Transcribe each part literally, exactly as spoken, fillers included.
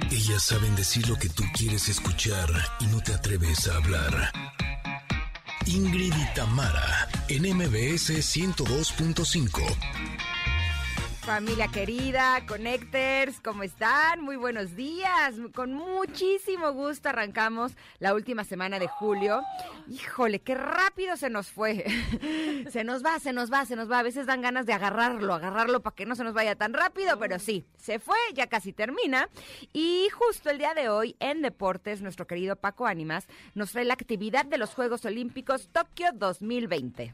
Ellas saben decir lo que tú quieres escuchar y no te atreves a hablar. Ingrid y Tamara, en M B S ciento dos punto cinco. Familia querida, Connectors, ¿cómo están? Muy buenos días. Con muchísimo gusto arrancamos la última semana de julio. Híjole, qué rápido se nos fue. Se nos va, se nos va, se nos va. A veces dan ganas de agarrarlo, agarrarlo para que no se nos vaya tan rápido, pero sí, se fue, ya casi termina. Y justo el día de hoy, en Deportes, nuestro querido Paco Ánimas nos trae la actividad de los Juegos Olímpicos Tokio dos mil veinte.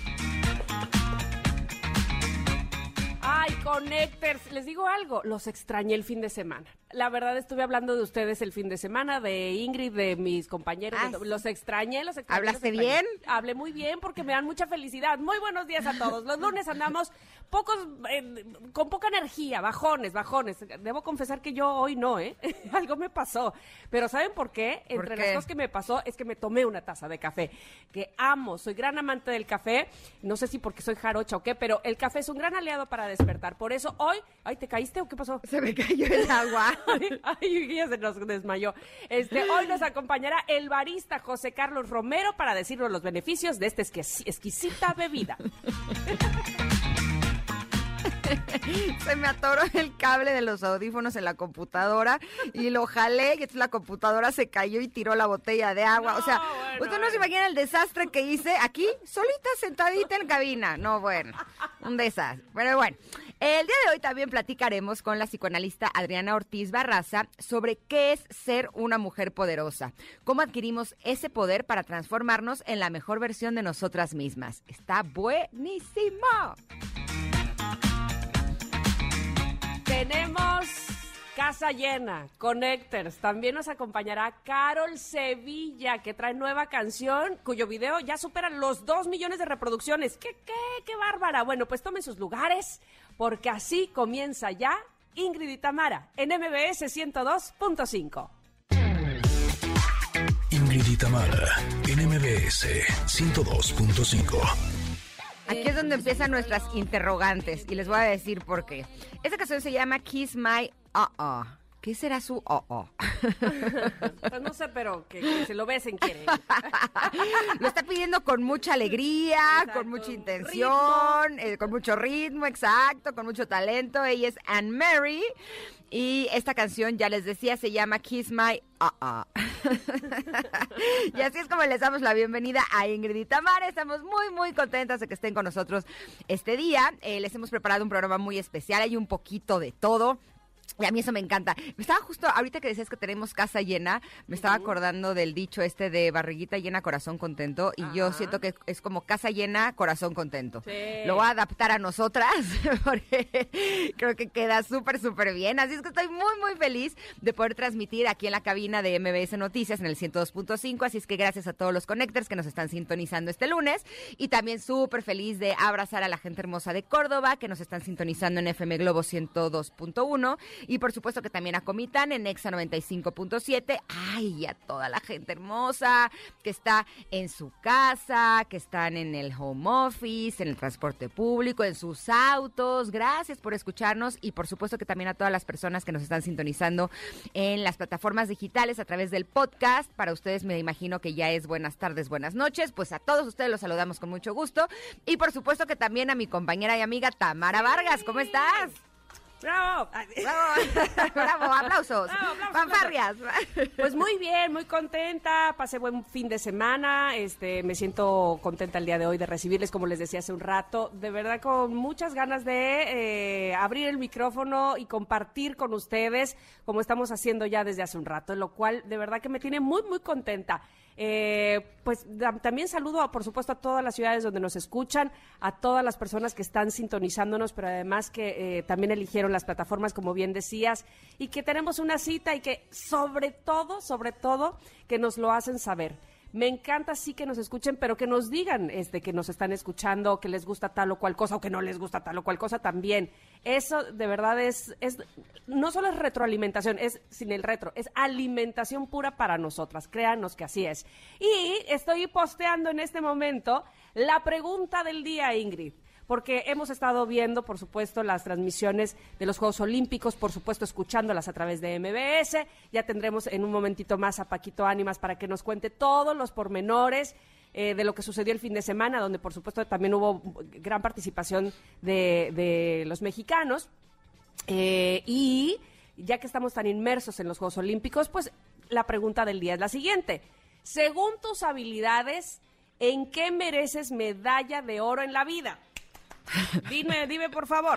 Ay, Connectors, les digo algo, los extrañé el fin de semana. La verdad, estuve hablando de ustedes el fin de semana, de Ingrid, de mis compañeros, Ay, de, los extrañé, los extrañé. ¿Hablaste los extrañé. bien? Hablé muy bien porque me dan mucha felicidad. Muy buenos días a todos. Los lunes andamos pocos, eh, con poca energía, bajones, bajones. Debo confesar que yo hoy no, ¿eh? Algo me pasó. Pero ¿saben por qué? ¿Por Entre qué? las cosas que me pasó es que me tomé una taza de café, que amo, soy gran amante del café. No sé si porque soy jarocha o qué, pero el café es un gran aliado para despertar. Por eso hoy, ay, ¿te caíste o qué pasó? Se me cayó el agua. Ay, ay, ya se nos desmayó. Este, hoy nos acompañará el barista José Carlos Romero para decirnos los beneficios de esta exquisita bebida. Se me atoró el cable de los audífonos en la computadora y lo jalé y entonces la computadora se cayó y tiró la botella de agua. No, O sea, bueno, usted no se imagina el desastre que hice aquí, solita sentadita en cabina. No, bueno, un desastre. Pero bueno, el día de hoy también platicaremos con la psicoanalista Adriana Ortiz Barraza sobre qué es ser una mujer poderosa, cómo adquirimos ese poder para transformarnos en la mejor versión de nosotras mismas. Está buenísimo. Tenemos casa llena, Connectors. También nos acompañará Carol Sevilla, que trae nueva canción, cuyo video ya supera los dos millones de reproducciones. ¿Qué, qué, qué bárbara? Bueno, pues tomen sus lugares, porque así comienza ya Ingrid y Tamara en M B S ciento dos punto cinco. Ingrid y Tamara, en M B S ciento dos punto cinco. Aquí es donde empiezan nuestras interrogantes y les voy a decir por qué. Esta canción se llama Kiss My Uh-Uh. ¿Qué será su uh-uh? Pues no sé, pero que, que se lo besen quiere. Lo está pidiendo con mucha alegría, exacto, con mucha intención, eh, con mucho ritmo, exacto, con mucho talento. Ella es Anne Mary y esta canción, ya les decía, se llama Kiss My Uh-Uh. Y así es como les damos la bienvenida a Ingrid y Tamara. Estamos muy, muy contentas de que estén con nosotros este día. Eh, les hemos preparado un programa muy especial, hay un poquito de todo. Y a mí eso me encanta. Me estaba justo, ahorita que decías que tenemos casa llena, me estaba acordando del dicho este de barriguita llena, corazón contento. Y Ajá. yo siento que es como casa llena, corazón contento. Sí. Lo voy a adaptar a nosotras porque creo que queda súper, súper bien. Así es que estoy muy, muy feliz de poder transmitir aquí en la cabina de M B S Noticias en el ciento dos punto cinco. Así es que gracias a todos los Connectors que nos están sintonizando este lunes. Y también súper feliz de abrazar a la gente hermosa de Córdoba que nos están sintonizando en F M Globo ciento dos punto uno. Y por supuesto que también a Comitán en Exa noventa y cinco punto siete. Ay, y a toda la gente hermosa que está en su casa, que están en el home office, en el transporte público, en sus autos. Gracias por escucharnos y por supuesto que también a todas las personas que nos están sintonizando en las plataformas digitales a través del podcast. Para ustedes me imagino que ya es buenas tardes, buenas noches. Pues a todos ustedes los saludamos con mucho gusto. Y por supuesto que también a mi compañera y amiga Tamara Vargas. ¿Cómo estás? ¡Bravo! ¡Bravo! ¡Bravo! ¡Aplausos! ¡Bravo, ¡Fanfarrias! Pues muy bien, muy contenta, pasé buen fin de semana, este, me siento contenta el día de hoy de recibirles, como les decía hace un rato, de verdad con muchas ganas de eh, abrir el micrófono y compartir con ustedes, como estamos haciendo ya desde hace un rato, lo cual de verdad que me tiene muy, muy contenta. Eh, pues da, también saludo, por supuesto, a todas las ciudades donde nos escuchan, a todas las personas que están sintonizándonos, pero además que eh, también eligieron las plataformas, como bien decías, y que tenemos una cita y que sobre todo, sobre todo, que nos lo hacen saber. Me encanta sí que nos escuchen, pero que nos digan este que nos están escuchando, que les gusta tal o cual cosa o que no les gusta tal o cual cosa también. Eso de verdad es, es no solo es retroalimentación, es sin el retro, es alimentación pura para nosotras. Créanos que así es. Y estoy posteando en este momento la pregunta del día, Ingrid. porque hemos estado viendo, por supuesto, las transmisiones de los Juegos Olímpicos, por supuesto, escuchándolas a través de M B S. Ya tendremos en un momentito más a Paquito Ánimas para que nos cuente todos los pormenores eh, de lo que sucedió el fin de semana, donde, por supuesto, también hubo gran participación de, de los mexicanos. Eh, y ya que estamos tan inmersos en los Juegos Olímpicos, pues la pregunta del día es la siguiente. Según tus habilidades, ¿en qué mereces medalla de oro en la vida? Dime, dime por favor.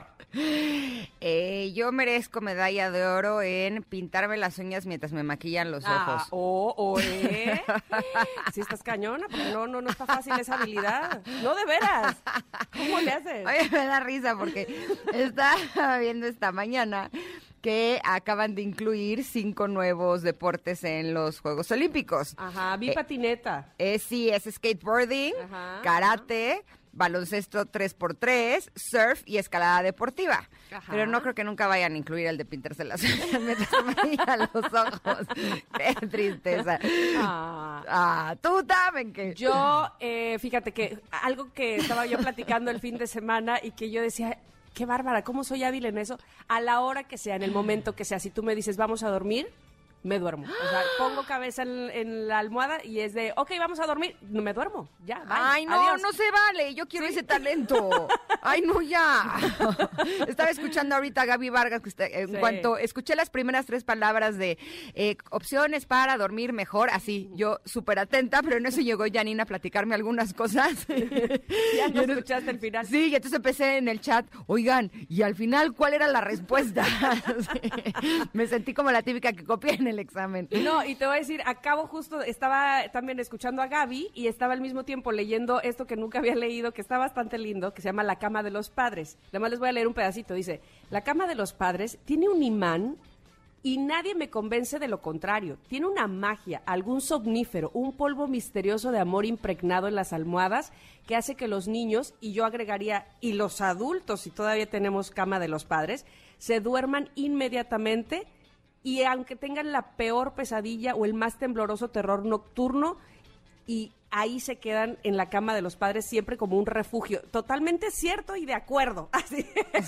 Eh, yo merezco medalla de oro en pintarme las uñas mientras me maquillan los ah, ojos. Oh, oh, ¿eh? Sí estás cañona, porque no, no, no está fácil esa habilidad. No, de veras. ¿Cómo le haces? Oye, me da risa porque estaba viendo esta mañana que acaban de incluir cinco nuevos deportes en los Juegos Olímpicos. Ajá, vi eh, patineta. Eh, sí, es skateboarding, ajá, karate, ajá, baloncesto tres por tres, surf y escalada deportiva. Ajá. Pero no creo que nunca vayan a incluir el de pintarse las uñas mientras me maquillan los ojos. Qué tristeza. Ah, ah tú también que... Yo, eh, fíjate que algo que estaba yo platicando el fin de semana y que yo decía... Qué bárbara, ¿cómo soy hábil en eso? A la hora que sea, en el momento que sea, si tú me dices, vamos a dormir, me duermo. O sea, pongo cabeza en, en la almohada y es de, ok, vamos a dormir, no me duermo, ya, bye, Ay, no, adiós. No se vale, yo quiero ¿Sí? ese talento. Ay, no, ya. Estaba escuchando ahorita a Gaby Vargas, que usted, en sí. cuanto escuché las primeras tres palabras de eh, opciones para dormir mejor, así, yo súper atenta, pero en eso llegó Janina a platicarme algunas cosas. Ya no escuchaste el final. Sí, y entonces empecé en el chat, oigan, y al final, ¿cuál era la respuesta? Sí. Me sentí como la típica que copié en el examen. No, y te voy a decir, acabo justo, estaba también escuchando a Gaby y estaba al mismo tiempo leyendo esto que nunca había leído, que está bastante lindo, que se llama La Cama de los Padres. Además les voy a leer un pedacito, dice, la cama de los padres tiene un imán y nadie me convence de lo contrario. Tiene una magia, algún somnífero, un polvo misterioso de amor impregnado en las almohadas que hace que los niños, y yo agregaría, y los adultos, si todavía tenemos cama de los padres, se duerman inmediatamente. Y aunque tengan la peor pesadilla o el más tembloroso terror nocturno, y ahí se quedan en la cama de los padres siempre como un refugio. Totalmente cierto y de acuerdo. Así.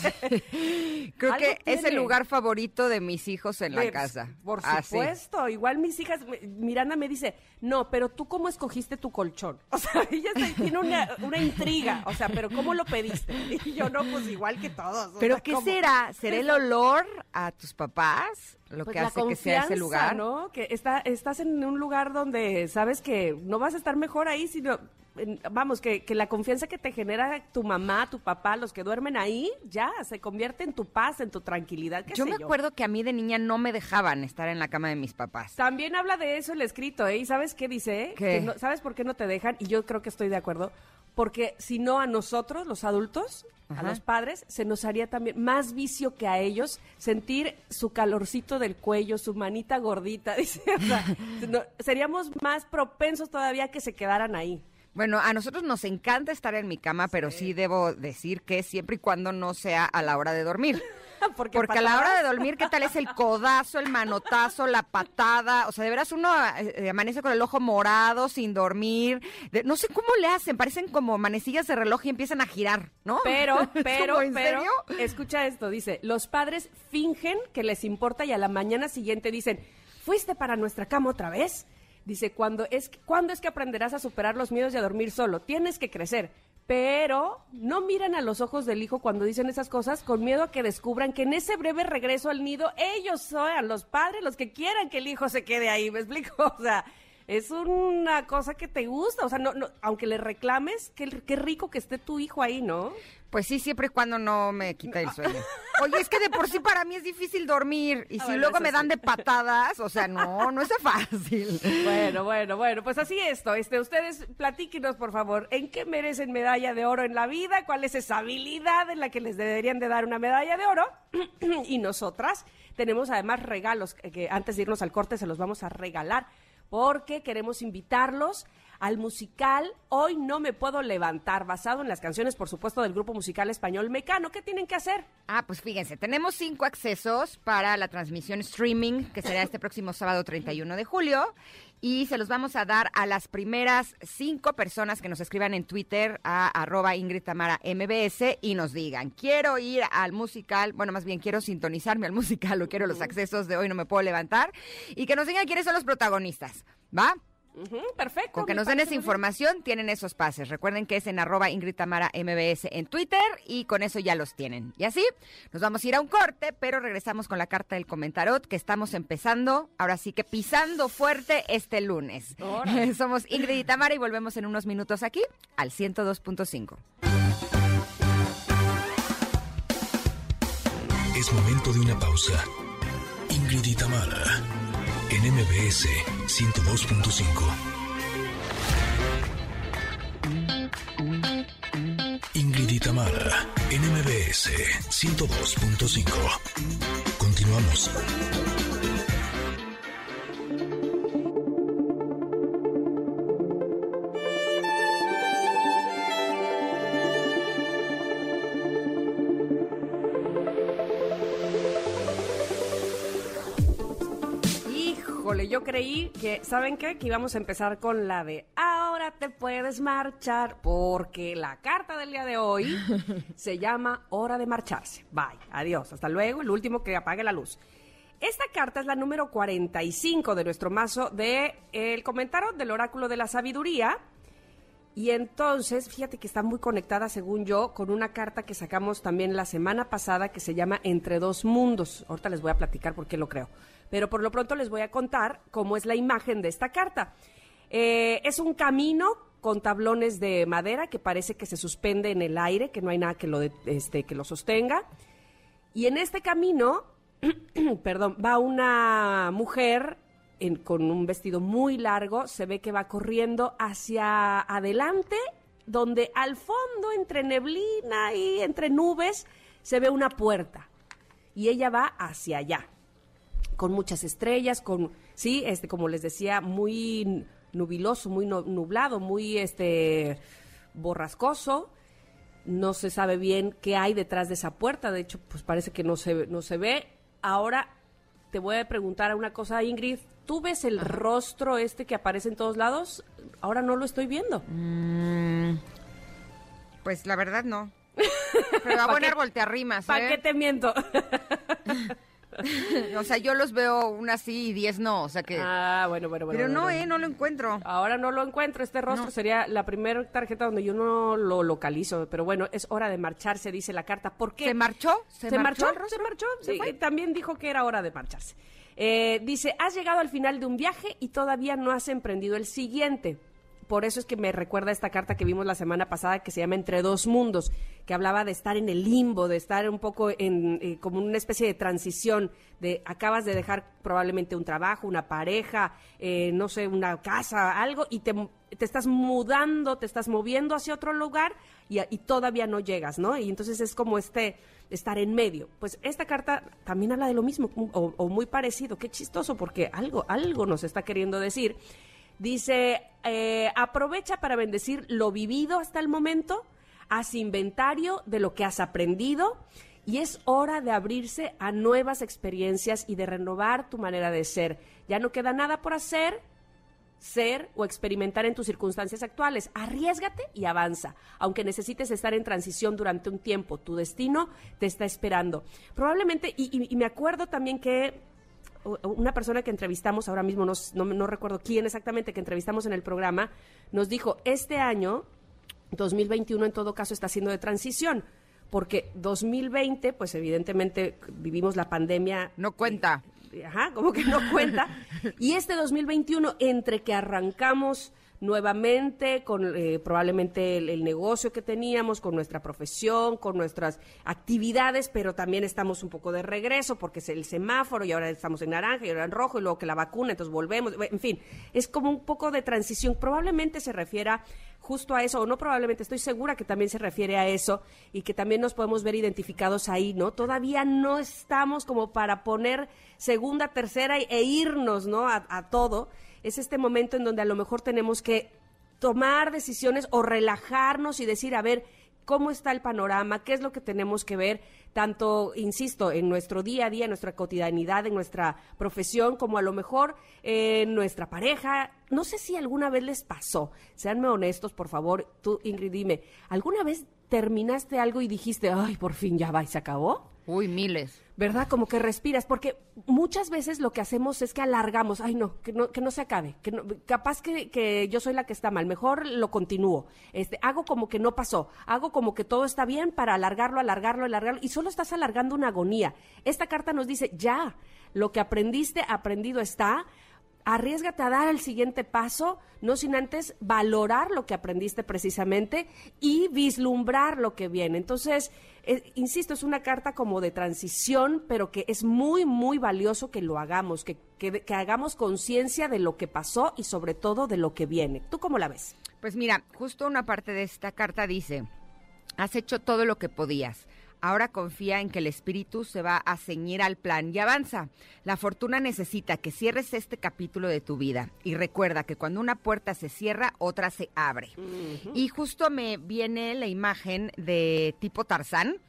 Creo que tiene. Es el lugar favorito de mis hijos en de, la casa. Por Así. supuesto. Igual mis hijas, Miranda me dice, no, pero tú ¿cómo escogiste tu colchón? O sea, ella tiene una, una intriga. O sea, pero ¿cómo lo pediste? Y yo no, pues igual que todos. ¿Pero sea, qué ¿cómo? será? ¿Será el olor a tus papás? Lo pues que hace que sea ese lugar, ¿no? Que está, estás en un lugar donde sabes que no vas a estar mejor ahí, sino, en, vamos, que, que la confianza que te genera tu mamá, tu papá, los que duermen ahí, ya, se convierte en tu paz, en tu tranquilidad, qué Yo sé me yo. acuerdo que a mí de niña no me dejaban estar en la cama de mis papás. También habla de eso el escrito, ¿eh? ¿Y sabes qué dice? ¿Qué? Que no, ¿sabes por qué no te dejan? Y yo creo que estoy de acuerdo. Porque si no a nosotros, los adultos, Ajá. a los padres, se nos haría también más vicio que a ellos sentir su calorcito del cuello, su manita gordita, dice, o sea, no, seríamos más propensos todavía a que se quedaran ahí. Bueno, a nosotros nos encanta estar en mi cama, pero sí, sí debo decir que siempre y cuando no sea a la hora de dormir. Porque, Porque a la hora de dormir, ¿qué tal es el codazo, el manotazo, la patada? O sea, de veras uno eh, amanece con el ojo morado, sin dormir. De, no sé cómo le hacen, parecen como manecillas de reloj y empiezan a girar, ¿no? Pero, pero, ¿en pero, serio? Escucha esto, dice, los padres fingen que les importa y a la mañana siguiente dicen, ¿fuiste para nuestra cama otra vez? Dice, ¿cuándo es, ¿cuándo es que aprenderás a superar los miedos y a dormir solo? Tienes que crecer. Pero no miran a los ojos del hijo cuando dicen esas cosas con miedo a que descubran que en ese breve regreso al nido ellos son los padres los que quieran que el hijo se quede ahí, ¿me explico? O sea, es una cosa que te gusta, o sea, no, no, aunque le reclames, qué, qué rico que esté tu hijo ahí, ¿no? Pues sí, siempre y cuando no me quita el sueño. Oye, es que de por sí para mí es difícil dormir. Y ah, si bueno, luego me dan sí. de patadas, o sea, no, no es fácil. Bueno, bueno, bueno, pues así esto. Este, ustedes platíquenos, por favor, ¿en qué merecen medalla de oro en la vida? ¿Cuál es esa habilidad en la que les deberían de dar una medalla de oro? Y nosotras tenemos además regalos que, que antes de irnos al corte se los vamos a regalar, porque queremos invitarlos al musical Hoy No Me Puedo Levantar, basado en las canciones, por supuesto, del grupo musical español Mecano. ¿Qué tienen que hacer? Ah, pues fíjense, tenemos cinco accesos para la transmisión streaming, que será este próximo sábado treinta y uno de julio, y se los vamos a dar a las primeras cinco personas que nos escriban en Twitter a arroba Ingrid Tamara M B S y nos digan, quiero ir al musical, bueno, más bien quiero sintonizarme al musical o quiero los accesos de Hoy No Me Puedo Levantar, y que nos digan quiénes son los protagonistas, ¿va? Uh-huh, perfecto. Con que nos den esa información, tienen esos pases. Recuerden que es en arroba Ingrid Tamara M B S en Twitter y con eso ya los tienen. Y así, nos vamos a ir a un corte, pero regresamos con la carta del comentarot que estamos empezando, ahora sí que pisando fuerte este lunes. Somos Ingrid y Tamara y volvemos en unos minutos aquí al ciento dos punto cinco. Es momento de una pausa. Ingrid y Tamara en M B S ciento dos punto cinco. Ingrid y Tamara en M B S ciento dos punto cinco. Continuamos. Yo creí que, ¿saben qué? Que íbamos a empezar con la de ahora te puedes marchar, porque la carta del día de hoy se llama Hora de Marcharse. Bye, adiós, hasta luego, el último que apague la luz. Esta carta es la número cuarenta y cinco de nuestro mazo de el comentario del Oráculo de la Sabiduría. Y entonces, fíjate que está muy conectada, según yo, con una carta que sacamos también la semana pasada que se llama Entre Dos Mundos. Ahorita les voy a platicar por qué lo creo. Pero por lo pronto les voy a contar cómo es la imagen de esta carta. Eh, es un camino con tablones de madera que parece que se suspende en el aire, que no hay nada que lo, de, este, que lo sostenga. Y en este camino, perdón, va una mujer en, con un vestido muy largo, se ve que va corriendo hacia adelante, donde al fondo, entre neblina y entre nubes, se ve una puerta. Y ella va hacia allá, con muchas estrellas, con, sí, este, como les decía, muy nubiloso, muy nublado, muy este borrascoso. No se sabe bien qué hay detrás de esa puerta, de hecho, pues parece que no se, no se ve. Ahora te voy a preguntar una cosa, Ingrid, ¿tú ves el Ajá. rostro este que aparece en todos lados? Ahora no lo estoy viendo. Mm, pues la verdad no. Pero va a poner voltearrimas, ¿eh? ¿Para qué te miento? O sea, yo los veo una sí y diez no, o sea que... Ah, bueno, bueno, bueno. Pero bueno, no, bueno. eh, no lo encuentro. Ahora no lo encuentro, este rostro no. Sería la primera tarjeta donde yo no lo localizo, pero bueno, es hora de marcharse, dice la carta. ¿Por qué? ¿Se marchó? ¿Se, ¿Se marchó? marchó? ¿Se marchó? ¿Se sí, fue? También dijo que era hora de marcharse. Eh, dice, has llegado al final de un viaje y todavía no has emprendido el siguiente. Por eso es que me recuerda esta carta que vimos la semana pasada que se llama Entre Dos Mundos, que hablaba de estar en el limbo, de estar un poco en eh, como una especie de transición, de acabas de dejar probablemente un trabajo, una pareja, eh, no sé, una casa, algo, y te, te estás mudando, te estás moviendo hacia otro lugar y, y todavía no llegas, ¿no? Y entonces es como este estar en medio. Pues esta carta también habla de lo mismo, o, o muy parecido. Qué chistoso, porque algo, algo nos está queriendo decir. Dice, eh, aprovecha para bendecir lo vivido hasta el momento, haz inventario de lo que has aprendido y es hora de abrirse a nuevas experiencias y de renovar tu manera de ser. Ya no queda nada por hacer, ser o experimentar en tus circunstancias actuales. Arriésgate y avanza, aunque necesites estar en transición durante un tiempo. Tu destino te está esperando. Probablemente, y, y, y me acuerdo también que una persona que entrevistamos, ahora mismo no, no, no recuerdo quién exactamente, que entrevistamos en el programa, nos dijo, este año, dos mil veintiuno en todo caso está siendo de transición, porque dos mil veinte, pues evidentemente vivimos la pandemia. No cuenta. Eh, ajá, como que no cuenta. Y este dos mil veintiuno, entre que arrancamos nuevamente con eh, probablemente el, el negocio que teníamos, con nuestra profesión, con nuestras actividades, pero también estamos un poco de regreso porque es el semáforo y ahora estamos en naranja y ahora en rojo y luego que la vacuna, entonces volvemos, en fin, es como un poco de transición, probablemente se refiera justo a eso, o no probablemente, estoy segura que también se refiere a eso y que también nos podemos ver identificados ahí, ¿no? Todavía no estamos como para poner segunda, tercera e irnos, ¿no? A, a todo. Es este momento en donde a lo mejor tenemos que tomar decisiones o relajarnos y decir, a ver, cómo está el panorama, qué es lo que tenemos que ver, tanto, insisto, en nuestro día a día, en nuestra cotidianidad, en nuestra profesión, como a lo mejor eh, en nuestra pareja. No sé si alguna vez les pasó, seanme honestos, por favor. Tú, Ingrid, dime, ¿alguna vez terminaste algo y dijiste, ay, por fin ya va y se acabó? Uy, miles. ¿Verdad? Como que respiras, porque muchas veces lo que hacemos es que alargamos, ay no, que no, que no se acabe, que no, capaz que, que yo soy la que está mal, mejor lo continúo, este, hago como que no pasó, hago como que todo está bien para alargarlo, alargarlo, alargarlo, y solo estás alargando una agonía. Esta carta nos dice, ya, lo que aprendiste, aprendido está. Arriésgate a dar el siguiente paso, no sin antes valorar lo que aprendiste precisamente y vislumbrar lo que viene. Entonces, eh, insisto, es una carta como de transición, pero que es muy, muy valioso que lo hagamos, que, que, que hagamos conciencia de lo que pasó y sobre todo de lo que viene. ¿Tú cómo la ves? Pues mira, justo una parte de esta carta dice, has hecho todo lo que podías. Ahora confía en que el espíritu se va a ceñir al plan y avanza. La fortuna necesita que cierres este capítulo de tu vida. Y recuerda que cuando una puerta se cierra, otra se abre. Uh-huh. Y justo me viene la imagen de tipo Tarzán.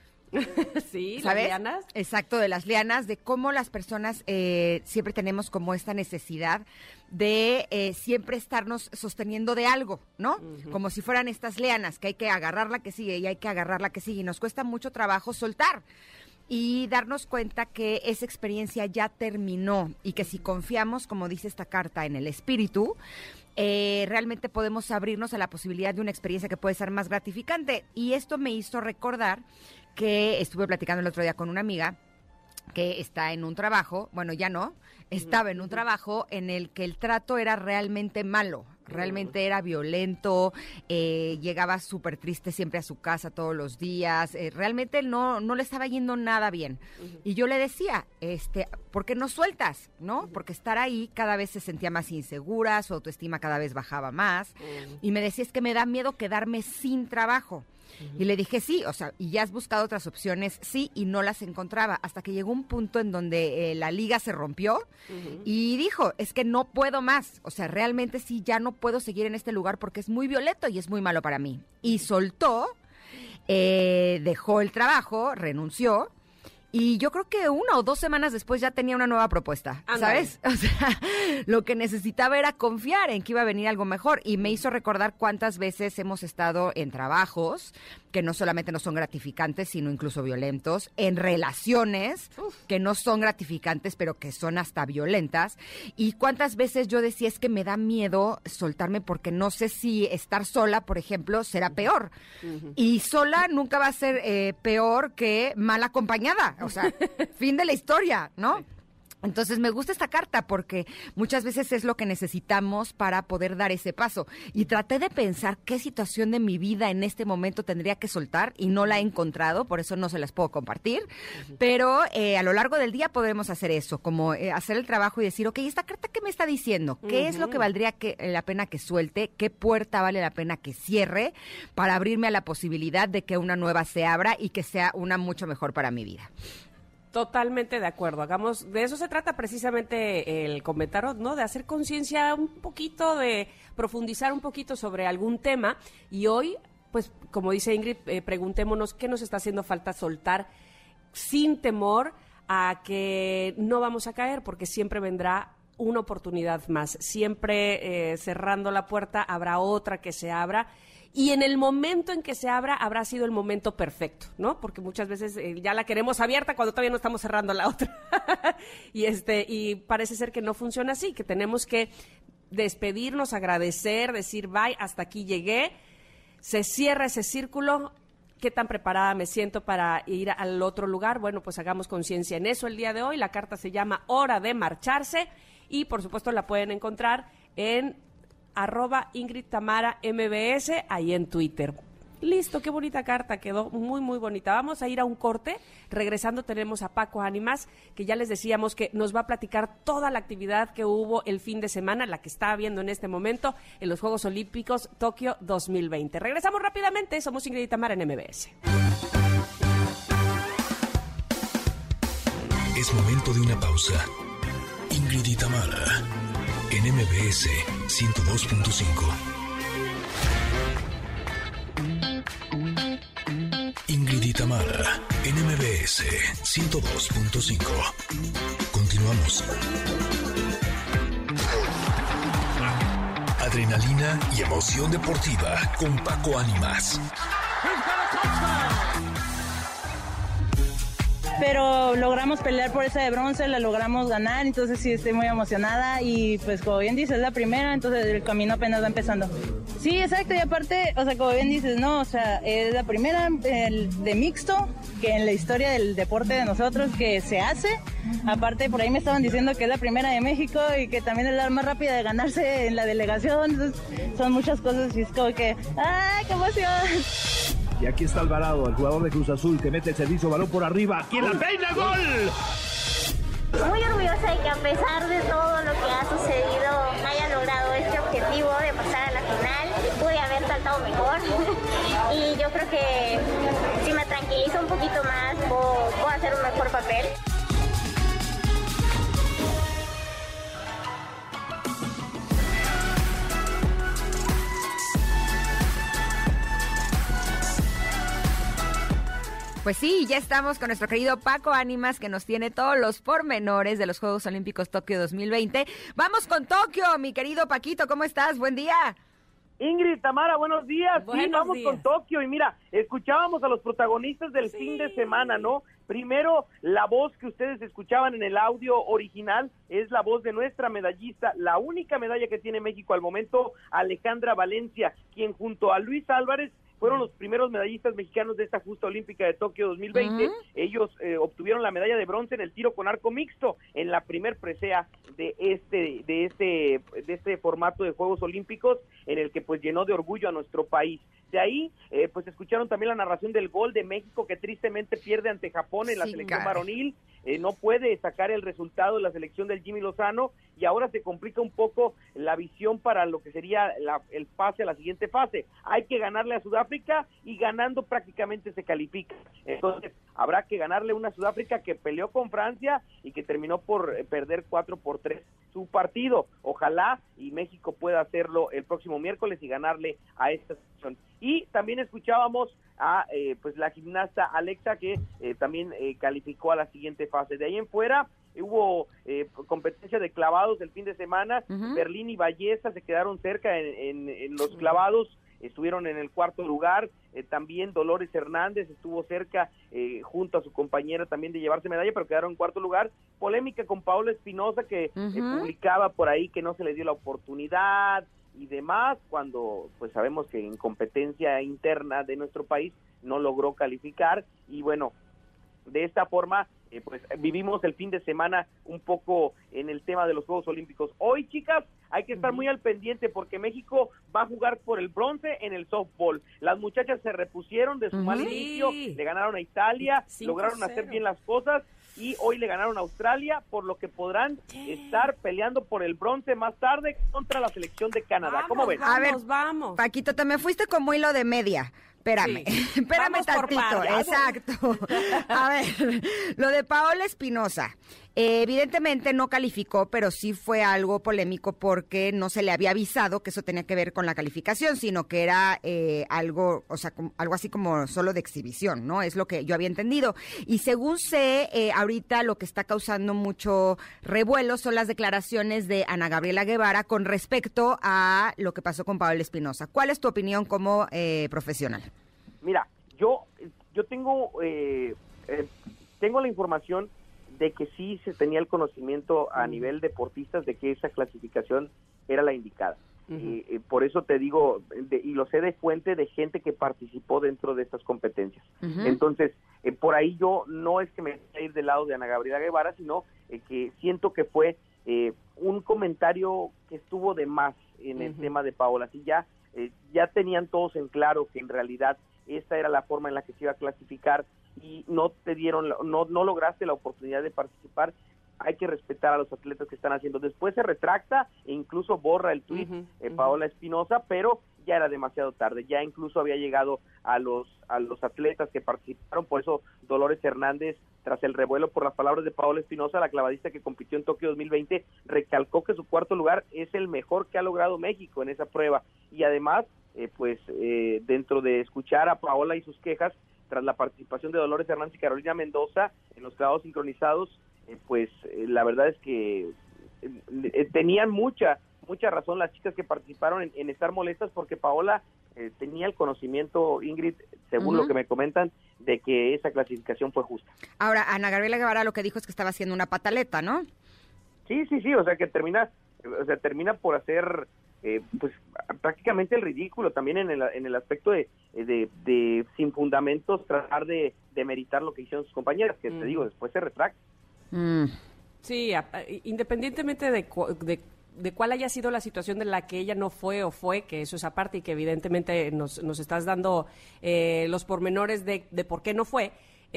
Sí, ¿sabes? Las lianas. Exacto, de las lianas, de cómo las personas eh, siempre tenemos como esta necesidad de eh, siempre estarnos sosteniendo de algo, ¿no? Uh-huh. Como si fueran estas lianas, que hay que agarrar la que sigue y hay que agarrar la que sigue, y nos cuesta mucho trabajo soltar y darnos cuenta que esa experiencia ya terminó y que si confiamos, como dice esta carta, en el espíritu, eh, realmente podemos abrirnos a la posibilidad de una experiencia que puede ser más gratificante. Y esto me hizo recordar que estuve platicando el otro día con una amiga que está en un trabajo, bueno, ya no, estaba en un trabajo en el que el trato era realmente malo, realmente era violento, eh, llegaba súper triste siempre a su casa todos los días, eh, realmente no, no le estaba yendo nada bien. Uh-huh. Y yo le decía, este, ¿por qué no sueltas? ¿No? Uh-huh. Porque estar ahí cada vez se sentía más insegura, su autoestima cada vez bajaba más, uh-huh. y me decía, es que me da miedo quedarme sin trabajo. Uh-huh. Y le dije, sí, o sea, ¿y ya has buscado otras opciones? Sí, y no las encontraba, hasta que llegó un punto en donde eh, la liga se rompió, uh-huh. y dijo, es que no puedo más, o sea, realmente sí, ya no puedo seguir en este lugar porque es muy violento y es muy malo para mí. Y soltó, eh, dejó el trabajo, renunció, y yo creo que una o dos semanas después ya tenía una nueva propuesta, Andale. ¿Sabes? O sea, lo que necesitaba era confiar en que iba a venir algo mejor. Y me hizo recordar cuántas veces hemos estado en trabajos que no solamente no son gratificantes, sino incluso violentos, en relaciones Uf. que no son gratificantes, pero que son hasta violentas. Y cuántas veces yo decía, es que me da miedo soltarme porque no sé si estar sola, por ejemplo, será peor. Uh-huh. Y sola nunca va a ser eh, peor que mal acompañada. O sea, fin de la historia, ¿no? Sí. Entonces me gusta esta carta porque muchas veces es lo que necesitamos para poder dar ese paso. Y traté de pensar qué situación de mi vida en este momento tendría que soltar y no la he encontrado, por eso no se las puedo compartir. Uh-huh. Pero eh, a lo largo del día podremos hacer eso, como eh, hacer el trabajo y decir, ok, ¿esta carta qué me está diciendo? ¿Qué uh-huh. es lo que valdría que, eh, la pena que suelte? ¿Qué puerta vale la pena que cierre para abrirme a la posibilidad de que una nueva se abra y que sea una mucho mejor para mi vida? Totalmente de acuerdo. Hagamos, de eso se trata precisamente el comentario, ¿no? De hacer conciencia un poquito, de profundizar un poquito sobre algún tema. Y hoy, pues, como dice Ingrid, eh, preguntémonos qué nos está haciendo falta soltar sin temor a que no vamos a caer, porque siempre vendrá una oportunidad más. Siempre eh, cerrando la puerta habrá otra que se abra. Y en el momento en que se abra, habrá sido el momento perfecto, ¿no? Porque muchas veces eh, ya la queremos abierta cuando todavía no estamos cerrando la otra. y este y parece ser que no funciona así, que tenemos que despedirnos, agradecer, decir bye, hasta aquí llegué. Se cierra ese círculo. ¿Qué tan preparada me siento para ir al otro lugar? Bueno, pues hagamos conciencia en eso el día de hoy. La carta se llama Hora de Marcharse y, por supuesto, la pueden encontrar en arroba Ingrid Tamara M B S, ahí en Twitter. Listo, qué bonita carta, quedó muy, muy bonita. Vamos a ir a un corte. Regresando tenemos a Paco Ánimas, que ya les decíamos que nos va a platicar toda la actividad que hubo el fin de semana, la que está habiendo en este momento en los Juegos Olímpicos Tokio dos mil veinte. Regresamos rápidamente, somos Ingrid y Tamara en M B S. Es momento de una pausa. Ingrid y Tamara en M B S ciento dos punto cinco. Tamara en M B S ciento dos punto cinco. Continuamos. Adrenalina y emoción deportiva con Paco Ánimas. Pero logramos pelear por esa de bronce, la logramos ganar, entonces sí estoy muy emocionada y pues como bien dices, es la primera, entonces el camino apenas va empezando. Sí, exacto, y aparte, o sea, como bien dices, no, o sea, es la primera el, de mixto que en la historia del deporte de nosotros que se hace. Aparte, por ahí me estaban diciendo que es la primera de México y que también es la más rápida de ganarse en la delegación, entonces son muchas cosas y es como que, ¡ay, qué emoción! Y aquí está Alvarado, el jugador de Cruz Azul, que mete el servicio, balón por arriba. ¡Quién la peina! ¡Gol! Muy orgullosa de que a pesar de todo lo que ha sucedido haya logrado este objetivo de pasar a la final. Pude haber saltado mejor y yo creo que si me tranquilizo un poquito más puedo, puedo hacer un mejor papel. Pues sí, ya estamos con nuestro querido Paco Ánimas, que nos tiene todos los pormenores de los Juegos Olímpicos Tokio dos mil veinte. Vamos con Tokio, mi querido Paquito, ¿cómo estás? Buen día. Ingrid, Tamara, buenos días. Buenos sí, vamos días. con Tokio y mira, escuchábamos a los protagonistas del sí. fin de semana, ¿no? Primero, la voz que ustedes escuchaban en el audio original es la voz de nuestra medallista, la única medalla que tiene México al momento, Alejandra Valencia, quien junto a Luis Álvarez fueron los primeros medallistas mexicanos de esta justa olímpica de Tokio dos mil veinte. Uh-huh. Ellos eh, obtuvieron la medalla de bronce en el tiro con arco mixto en la primer presea de este de este de este formato de Juegos Olímpicos, en el que pues llenó de orgullo a nuestro país. De ahí eh, pues escucharon también la narración del gol de México, que tristemente pierde ante Japón en sí, la selección cara. varonil. Eh, no puede sacar el resultado de la selección del Jimmy Lozano y ahora se complica un poco la visión para lo que sería la, el pase a la siguiente fase. Hay que ganarle a Sudáfrica y ganando prácticamente se califica. Entonces habrá que ganarle una Sudáfrica que peleó con Francia y que terminó por perder cuatro por tres su partido. Ojalá y México pueda hacerlo el próximo miércoles y ganarle a esta selección. Y también escuchábamos a eh, pues la gimnasta Alexa, que eh, también eh, calificó a la siguiente fase. De ahí en fuera eh, hubo eh, competencia de clavados el fin de semana. Uh-huh. Berlín y Ballesta se quedaron cerca en, en, en los clavados, estuvieron en el cuarto lugar. Eh, también Dolores Hernández estuvo cerca eh, junto a su compañera también de llevarse medalla, pero quedaron en cuarto lugar. Polémica con Paola Espinosa, que uh-huh. eh, publicaba por ahí que no se le dio la oportunidad y demás, cuando pues sabemos que en competencia interna de nuestro país no logró calificar. Y bueno, de esta forma eh, pues vivimos el fin de semana un poco en el tema de los Juegos Olímpicos. Hoy, chicas, hay que estar muy al pendiente porque México va a jugar por el bronce en el softball. Las muchachas se repusieron de su uh-huh. mal inicio, le ganaron a Italia, lograron hacer bien las cosas y hoy le ganaron a Australia, por lo que podrán yeah. estar peleando por el bronce más tarde contra la selección de Canadá. Vamos, ¿Cómo ven? A ver, vamos. Paquito, te me fuiste como hilo de media. Espérame, sí. espérame vamos tantito, exacto. A ver, lo de Paola Espinosa, eh, evidentemente no calificó, pero sí fue algo polémico porque no se le había avisado que eso tenía que ver con la calificación, sino que era eh, algo, o sea, como, algo así como solo de exhibición, ¿no? Es lo que yo había entendido. Y según sé, eh, ahorita lo que está causando mucho revuelo son las declaraciones de Ana Gabriela Guevara con respecto a lo que pasó con Paola Espinosa. ¿Cuál es tu opinión como eh, profesional? Mira, yo yo tengo eh, eh, tengo la información de que sí se tenía el conocimiento a nivel deportistas de que esa clasificación era la indicada. Uh-huh. Y, y por eso te digo, de, y lo sé de fuente de gente que participó dentro de estas competencias. Uh-huh. Entonces, eh, por ahí yo no es que me vaya a ir del lado de Ana Gabriela Guevara, sino eh, que siento que fue eh, un comentario que estuvo de más en uh-huh. el tema de Paola. Así ya, eh, ya tenían todos en claro que en realidad esta era la forma en la que se iba a clasificar y no te dieron, no, no lograste la oportunidad de participar. Hay que respetar a los atletas que están haciendo. Después se retracta e incluso borra el tuit uh-huh, eh, Paola uh-huh. Espinosa, pero ya era demasiado tarde. Ya incluso había llegado a los a los atletas que participaron. Por eso Dolores Hernández, tras el revuelo por las palabras de Paola Espinosa, la clavadista que compitió en Tokio dos mil veinte, recalcó que su cuarto lugar es el mejor que ha logrado México en esa prueba. Y además, eh, pues eh, dentro de escuchar a Paola y sus quejas, tras la participación de Dolores Hernández y Carolina Mendoza en los clavados sincronizados, eh, pues eh, la verdad es que eh, tenían mucha, mucha razón las chicas que participaron en, en estar molestas porque Paola eh, tenía el conocimiento, Ingrid, según uh-huh. lo que me comentan, de que esa clasificación fue justa. Ahora, Ana Gabriela Guevara lo que dijo es que estaba haciendo una pataleta, ¿no? Sí, sí, sí, o sea que termina, o sea, termina por hacer eh, pues prácticamente el ridículo también en el, en el aspecto de, de, de sin fundamentos tratar de, de meritar lo que hicieron sus compañeras, que mm. te digo, después se retracta. Mm. Sí, a, a, independientemente de, de, de cuál haya sido la situación de la que ella no fue o fue, que eso es aparte y que evidentemente nos, nos estás dando eh, los pormenores de, de por qué no fue,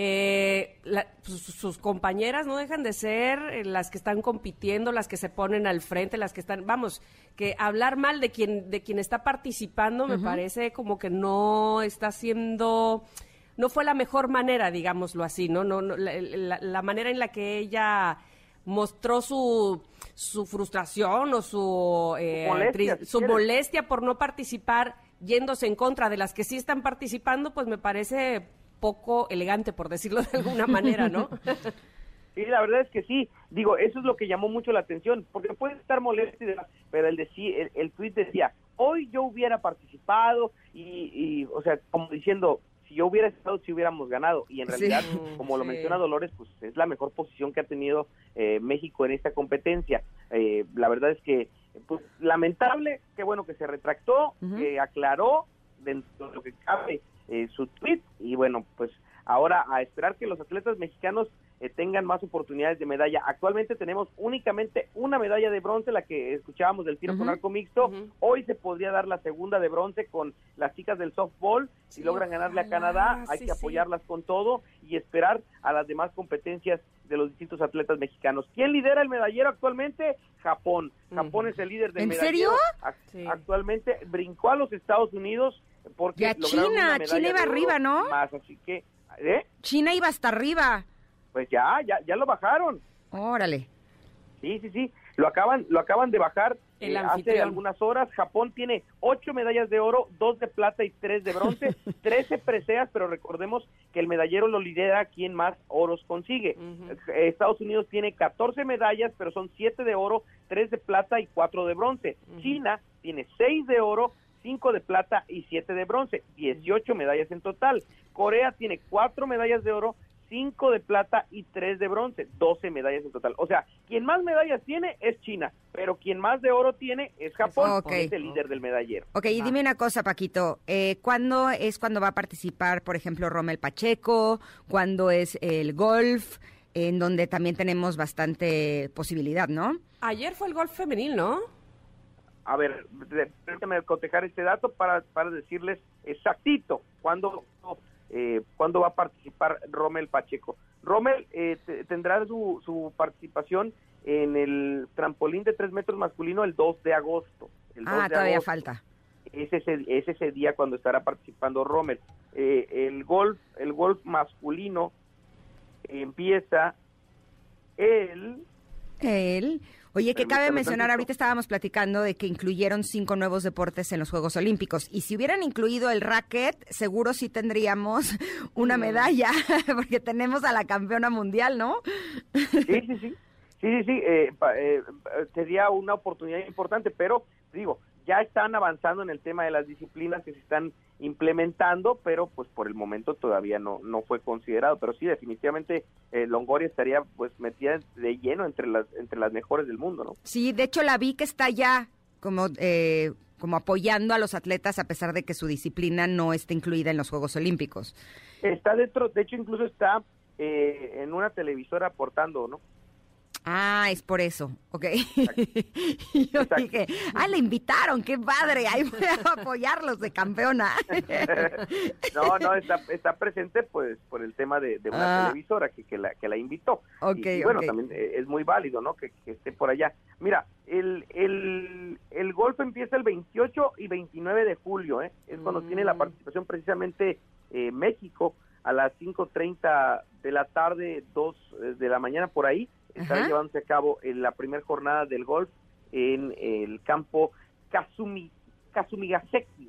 Eh, la, sus, sus compañeras no dejan de ser eh, las que están compitiendo, las que se ponen al frente, las que están, vamos, que hablar mal de quien de quien está participando uh-huh. me parece como que no está haciendo, no fue la mejor manera, digámoslo así, no, no, no la, la, la manera en la que ella mostró su su frustración o su eh, molestia, tri- su molestia por no participar, yéndose en contra de las que sí están participando, pues me parece poco elegante, por decirlo de alguna manera, ¿no? Sí, la verdad es que sí. Digo, eso es lo que llamó mucho la atención, porque puede estar molesto, pero el, decí, el, el tuit decía, hoy yo hubiera participado, y, y, o sea, como diciendo, si yo hubiera estado, si hubiéramos ganado, y en realidad, sí, como lo sí. menciona Dolores, pues es la mejor posición que ha tenido eh, México en esta competencia. Eh, la verdad es que, pues, lamentable, qué bueno que se retractó, uh-huh. que aclaró dentro de lo que cabe Eh, su tweet, y bueno, pues ahora a esperar que los atletas mexicanos eh, tengan más oportunidades de medalla. Actualmente tenemos únicamente una medalla de bronce, la que escuchábamos del tiro uh-huh. con arco mixto. Uh-huh. Hoy se podría dar la segunda de bronce con las chicas del softball. Si sí, logran ganarle a Canadá, hay sí, que apoyarlas sí. con todo y esperar a las demás competencias de los distintos atletas mexicanos. ¿Quién lidera el medallero actualmente? Japón. Japón uh-huh. es el líder del ¿En medallero. serio? Sí. Actualmente brincó a los Estados Unidos porque ya China, China iba arriba, ¿no? Más, así que, ¿eh? China iba hasta arriba. Pues ya, ya, ya lo bajaron. Órale. Sí, sí, sí. Lo acaban, lo acaban de bajar eh, hace algunas horas. Japón tiene ocho medallas de oro, dos de plata y tres de bronce, trece preseas, pero recordemos que el medallero lo lidera quien más oros consigue. Uh-huh. Estados Unidos tiene catorce medallas, pero son siete de oro, tres de plata y cuatro de bronce. Uh-huh. China tiene seis de oro, cinco de plata y siete de bronce, dieciocho medallas en total. Corea tiene cuatro medallas de oro, cinco de plata y tres de bronce, doce medallas en total. O sea, quien más medallas tiene es China, pero quien más de oro tiene es Japón, okay. es el líder del medallero. Ok, y dime una cosa, Paquito, eh, ¿cuándo es cuando va a participar, por ejemplo, Rommel Pacheco? ¿Cuándo es el golf? En donde también tenemos bastante posibilidad, ¿no? Ayer fue el golf femenil, ¿no? A ver, déjenme cotejar este dato para, para decirles exactito cuándo, eh, cuándo va a participar Rommel Pacheco. Rommel eh, t- tendrá su, su participación en el trampolín de tres metros masculino el dos de agosto. El ah, de todavía agosto. falta. Es ese, es ese día cuando estará participando Rommel. Eh, el golf, el golf masculino empieza el... El... Oye, que cabe mencionar, ahorita estábamos platicando de que incluyeron cinco nuevos deportes en los Juegos Olímpicos, y si hubieran incluido el racket, seguro sí tendríamos una medalla, porque tenemos a la campeona mundial, ¿no? Sí, sí, sí, sí, sí, sí. Eh, eh, sería una oportunidad importante, pero digo, ya están avanzando en el tema de las disciplinas que se están implementando, pero pues por el momento todavía no no fue considerado, pero sí, definitivamente eh, Longoria estaría pues metida de lleno entre las entre las mejores del mundo, ¿no? Sí, de hecho la vi que está ya como eh, como apoyando a los atletas a pesar de que su disciplina no esté incluida en los Juegos Olímpicos. Está dentro, de hecho incluso está eh, en una televisora aportando, ¿no? Ah, es por eso, ok. Y yo Exacto. dije, ah, le invitaron, qué padre, ahí voy a apoyarlos de campeona. No, no, está, está presente pues por el tema de, de una ah. televisora que, que, la, que la invitó. Okay, y, y bueno, okay. también es muy válido, ¿no? Que, que esté por allá. Mira, el, el, el golf empieza el veintiocho y veintinueve de julio, ¿eh? Es cuando mm. tiene la participación precisamente eh, México a las cinco treinta de la tarde, dos de la mañana por ahí. Estará Ajá. llevándose a cabo en la primera jornada del golf en el campo Kasumi, Kasumigaseki, es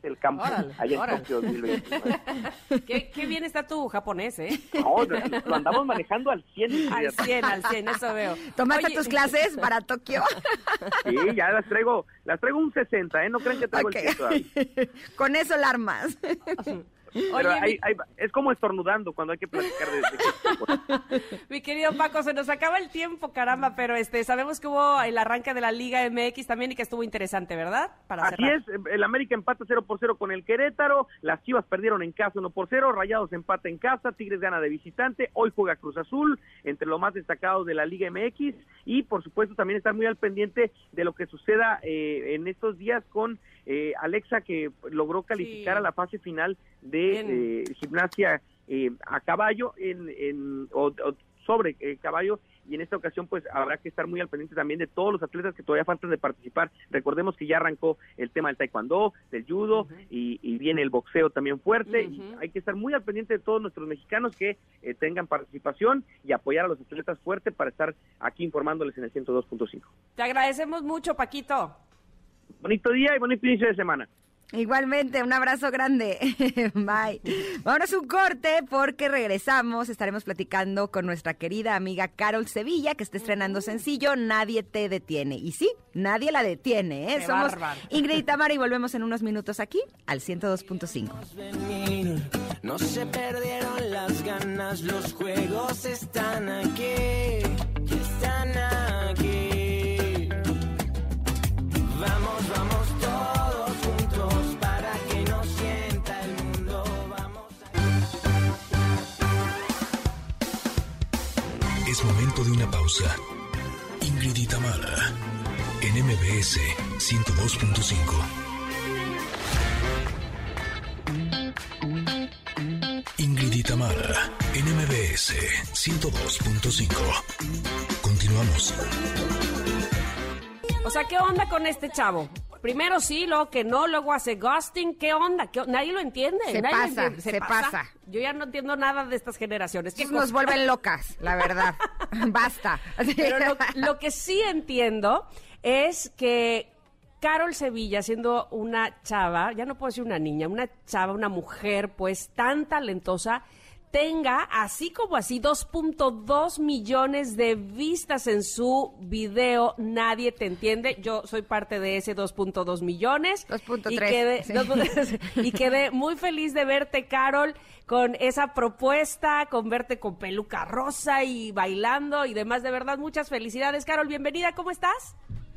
el campo, Órale, allá órale. en Tokio dos mil veintinueve. Qué, qué bien está tu japonés, ¿eh? No, lo andamos manejando al cien. Al cien, al cien, eso veo. ¿Tomaste Oye, tus clases para Tokio? Sí, ya las traigo, las traigo un sesenta, ¿eh? No creen que traigo Ok. el cien todavía. Con eso la armas. Pero Oye, hay- mi- hay- es como estornudando cuando hay que platicar de, de Mi querido Paco, se nos acaba el tiempo, caramba, pero este sabemos que hubo el arranque de la Liga M X también y que estuvo interesante, ¿verdad? Para Así cerrar. es, el América empata cero por cero con el Querétaro, las Chivas perdieron en casa uno por cero, Rayados empata en casa, Tigres gana de visitante, hoy juega Cruz Azul, entre lo más destacado de la Liga M X, y por supuesto también estar muy al pendiente de lo que suceda eh, en estos días con eh, Alexa, que logró calificar Sí. a la fase final de Bien. eh, gimnasia eh, a caballo en, en o, o sobre eh, caballo, y en esta ocasión pues habrá que estar muy al pendiente también de todos los atletas que todavía faltan de participar. Recordemos que ya arrancó el tema del taekwondo, del judo, Ujú. y, y viene el boxeo también fuerte, Ujú. y hay que estar muy al pendiente de todos nuestros mexicanos que eh, tengan participación y apoyar a los atletas fuerte para estar aquí informándoles en el ciento dos punto cinco. Te agradecemos mucho, Paquito. Bonito día y bonito inicio de semana. Igualmente, un abrazo grande. Bye. Vámonos a un corte porque regresamos. Estaremos platicando con nuestra querida amiga Carol Sevilla, que está estrenando sencillo Nadie te detiene. Y sí, nadie la detiene, ¿eh? Qué Somos bárbaro. Ingrid y Tamara y volvemos en unos minutos aquí al ciento dos punto cinco. venir. No se perdieron las ganas, los juegos están aquí, están aquí. Vamos, vamos todos juntos para que nos sienta el mundo. Vamos a... Es momento de una pausa. Ingrid y Tamara, en M B S ciento dos punto cinco. Ingrid y Tamara, en M B S ciento dos punto cinco. Continuamos. O sea, ¿qué onda con este chavo? Primero sí, luego que no, luego hace ghosting. ¿Qué onda? ¿Qué o- Nadie lo entiende. Se nadie lo pasa, entiende. se pasa. Yo ya no entiendo nada de estas generaciones. ¿Qué Nos cosa? vuelven locas, la verdad. Basta. Pero lo, lo que sí entiendo es que Carol Sevilla, siendo una chava, ya no puedo decir una niña, una chava, una mujer, pues tan talentosa, tenga así como así dos punto dos millones de vistas en su video Nadie te entiende. Yo soy parte de ese dos punto dos millones. dos punto Y tres, quedé, sí. dos punto tres, y quedé muy feliz de verte, Carol, con esa propuesta, con verte con peluca rosa y bailando y demás. De verdad, muchas felicidades, Carol. Bienvenida, ¿cómo estás?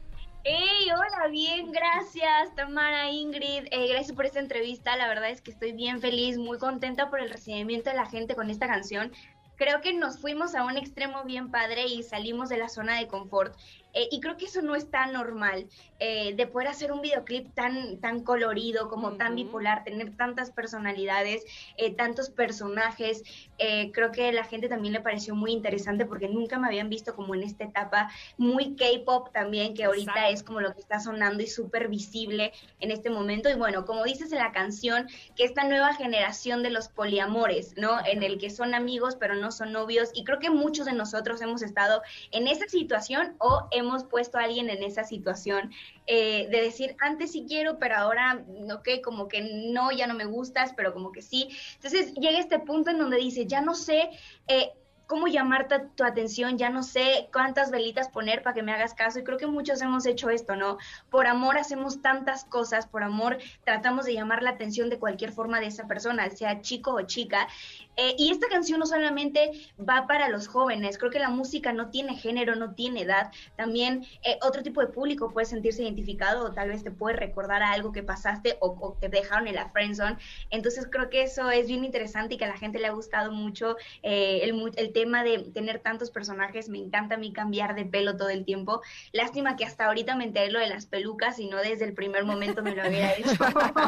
Hey, hola, bien, gracias, Tamara, Ingrid, eh, gracias por esta entrevista, la verdad es que estoy bien feliz, muy contenta por el recibimiento de la gente con esta canción. Creo que nos fuimos a un extremo bien padre y salimos de la zona de confort. Eh, y creo que eso no es tan normal, eh, de poder hacer un videoclip tan, tan colorido, como Ujú. tan bipolar, tener tantas personalidades, eh, tantos personajes. Eh, creo que a la gente también le pareció muy interesante porque nunca me habían visto como en esta etapa muy K-pop también, que ahorita Exacto. es como lo que está sonando y súper visible en este momento. Y bueno, como dices en la canción, que esta nueva generación de los poliamores, ¿no? En el que son amigos pero no son novios. Y creo que muchos de nosotros hemos estado en esa situación o hemos puesto a alguien en esa situación, eh, de decir, antes sí quiero, pero ahora, ok, como que no, ya no me gustas, pero como que sí. Entonces llega este punto en donde dice, ya no sé eh, cómo llamar ta- tu atención, ya no sé cuántas velitas poner para que me hagas caso, y creo que muchos hemos hecho esto, ¿no? Por amor hacemos tantas cosas, por amor tratamos de llamar la atención de cualquier forma de esa persona, sea chico o chica. Eh, y esta canción no solamente va para los jóvenes, creo que la música no tiene género, no tiene edad, también eh, otro tipo de público puede sentirse identificado o tal vez te puede recordar a algo que pasaste o, o te dejaron en la friendzone. Entonces creo que eso es bien interesante y que a la gente le ha gustado mucho, eh, el, mu- el tema de tener tantos personajes. Me encanta a mí cambiar de pelo todo el tiempo. Lástima que hasta ahorita me enteré lo de las pelucas y no desde el primer momento me lo hubiera hecho.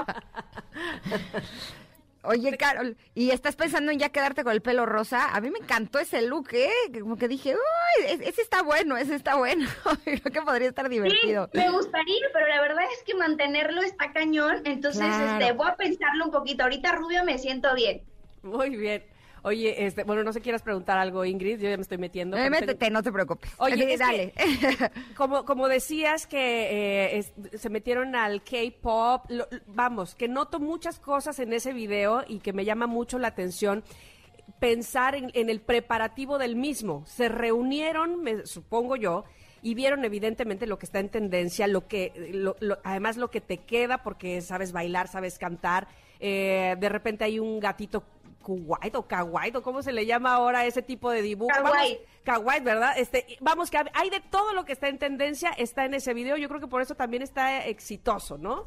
Oye, Carol, ¿y estás pensando en ya quedarte con el pelo rosa? A mí me encantó ese look, ¿eh? Que Como que dije, uy, e- ese está bueno, ese está bueno. Creo que podría estar divertido. Sí, me gustaría, pero la verdad es que mantenerlo está cañón, entonces Claro. este, voy a pensarlo un poquito. Ahorita rubio me siento bien. Muy bien. Oye, este, bueno, no sé, quieras preguntar algo, Ingrid, yo ya me estoy metiendo. Eh, pero métete, tengo- no te preocupes. Oye, es dale. que, como, como decías que eh, es- se metieron al K-pop, lo- vamos, que noto muchas cosas en ese video y que me llama mucho la atención pensar en, en el preparativo del mismo. Se reunieron, me, supongo yo, y vieron evidentemente lo que está en tendencia, lo que, lo- lo- además lo que te queda porque sabes bailar, sabes cantar. Eh, de repente hay un gatito kuwait o kawaii, o cómo se le llama ahora ese tipo de dibujo. Kawaii. Vamos, kawaii, ¿verdad? Este, vamos, que hay de todo lo que está en tendencia, está en ese video. Yo creo que por eso también está exitoso, ¿no?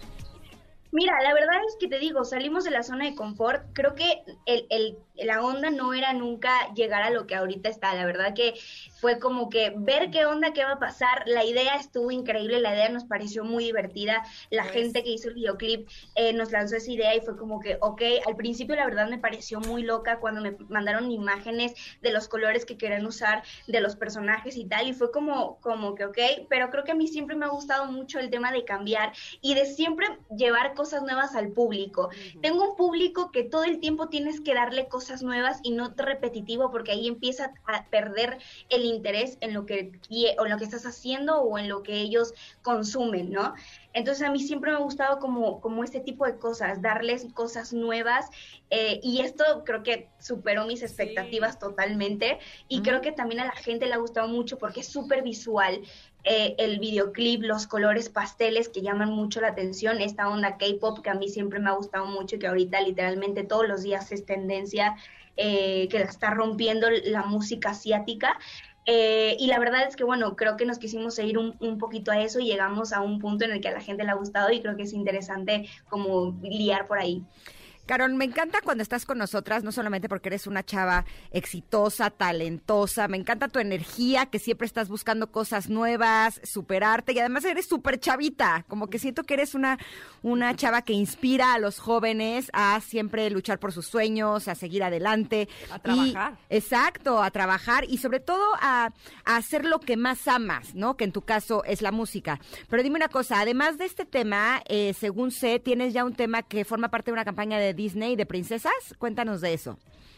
Mira, la verdad es que te digo, salimos de la zona de confort. Creo que el, el, la onda no era nunca llegar a lo que ahorita está. La verdad que fue como que ver qué onda, qué va a pasar. La idea estuvo increíble, la idea nos pareció muy divertida. La Pues. gente que hizo el videoclip eh, nos lanzó esa idea y fue como que, ok, al principio la verdad me pareció muy loca cuando me mandaron imágenes de los colores que querían usar, de los personajes y tal, y fue como, como que, ok, pero creo que a mí siempre me ha gustado mucho el tema de cambiar y de siempre llevar cosas nuevas al público. Uh-huh. Tengo un público que todo el tiempo tienes que darle cosas nuevas y no repetitivo, porque ahí empieza a perder el interés en lo que o en lo que estás haciendo o en lo que ellos consumen, ¿no? Entonces a mí siempre me ha gustado como, como este tipo de cosas, darles cosas nuevas, eh, y esto creo que superó mis expectativas sí. totalmente, y uh-huh. creo que también a la gente le ha gustado mucho porque es súper visual. Eh, el videoclip, los colores pasteles que llaman mucho la atención, esta onda K-pop que a mí siempre me ha gustado mucho y que ahorita literalmente todos los días es tendencia, eh, que la está rompiendo la música asiática. Eh, y la verdad es que, bueno, creo que nos quisimos ir un, un poquito a eso y llegamos a un punto en el que a la gente le ha gustado y creo que es interesante como liar por ahí. Carol, me encanta cuando estás con nosotras, no solamente porque eres una chava exitosa, talentosa, me encanta tu energía, que siempre estás buscando cosas nuevas, superarte, y además eres súper chavita, como que siento que eres una, una chava que inspira a los jóvenes a siempre luchar por sus sueños, a seguir adelante. A trabajar. Y, exacto, a trabajar y sobre todo a, a hacer lo que más amas, ¿no? Que en tu caso es la música. Pero dime una cosa, además de este tema, eh, según sé, tienes ya un tema que forma parte de una campaña de Disney de princesas. Cuéntanos de eso.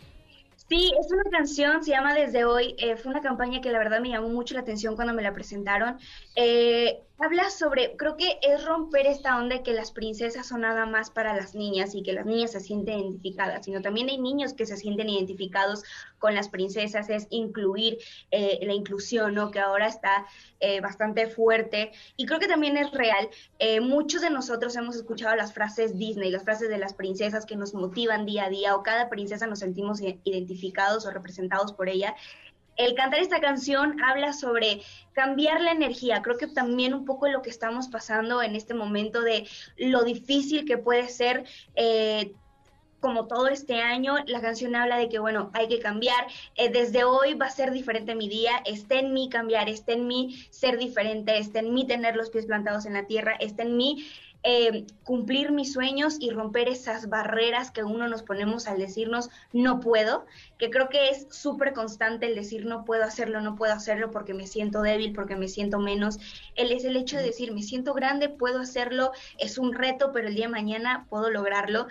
Sí, es una canción, se llama Desde Hoy. Eh, fue una campaña que la verdad me llamó mucho la atención cuando me la presentaron. Eh, habla sobre, creo que es romper esta onda de que las princesas son nada más para las niñas y que las niñas se sienten identificadas, sino también hay niños que se sienten identificados con las princesas, es incluir eh, la inclusión, ¿no? Que ahora está eh, bastante fuerte y creo que también es real. Eh, muchos de nosotros hemos escuchado las frases Disney, las frases de las princesas que nos motivan día a día, o cada princesa nos sentimos identificados o representados por ella. El cantar esta canción habla sobre cambiar la energía. Creo que también un poco lo que estamos pasando en este momento de lo difícil que puede ser, eh, como todo este año, la canción habla de que, bueno, hay que cambiar. Eh, desde hoy va a ser diferente mi día. Está en mí cambiar, está en mí ser diferente, está en mí tener los pies plantados en la tierra, está en mí Eh, cumplir mis sueños y romper esas barreras que uno nos ponemos al decirnos no puedo, que creo que es súper constante el decir no puedo hacerlo, no puedo hacerlo porque me siento débil, porque me siento menos. Él es el hecho de decir me siento grande, puedo hacerlo, es un reto, pero el día de mañana puedo lograrlo.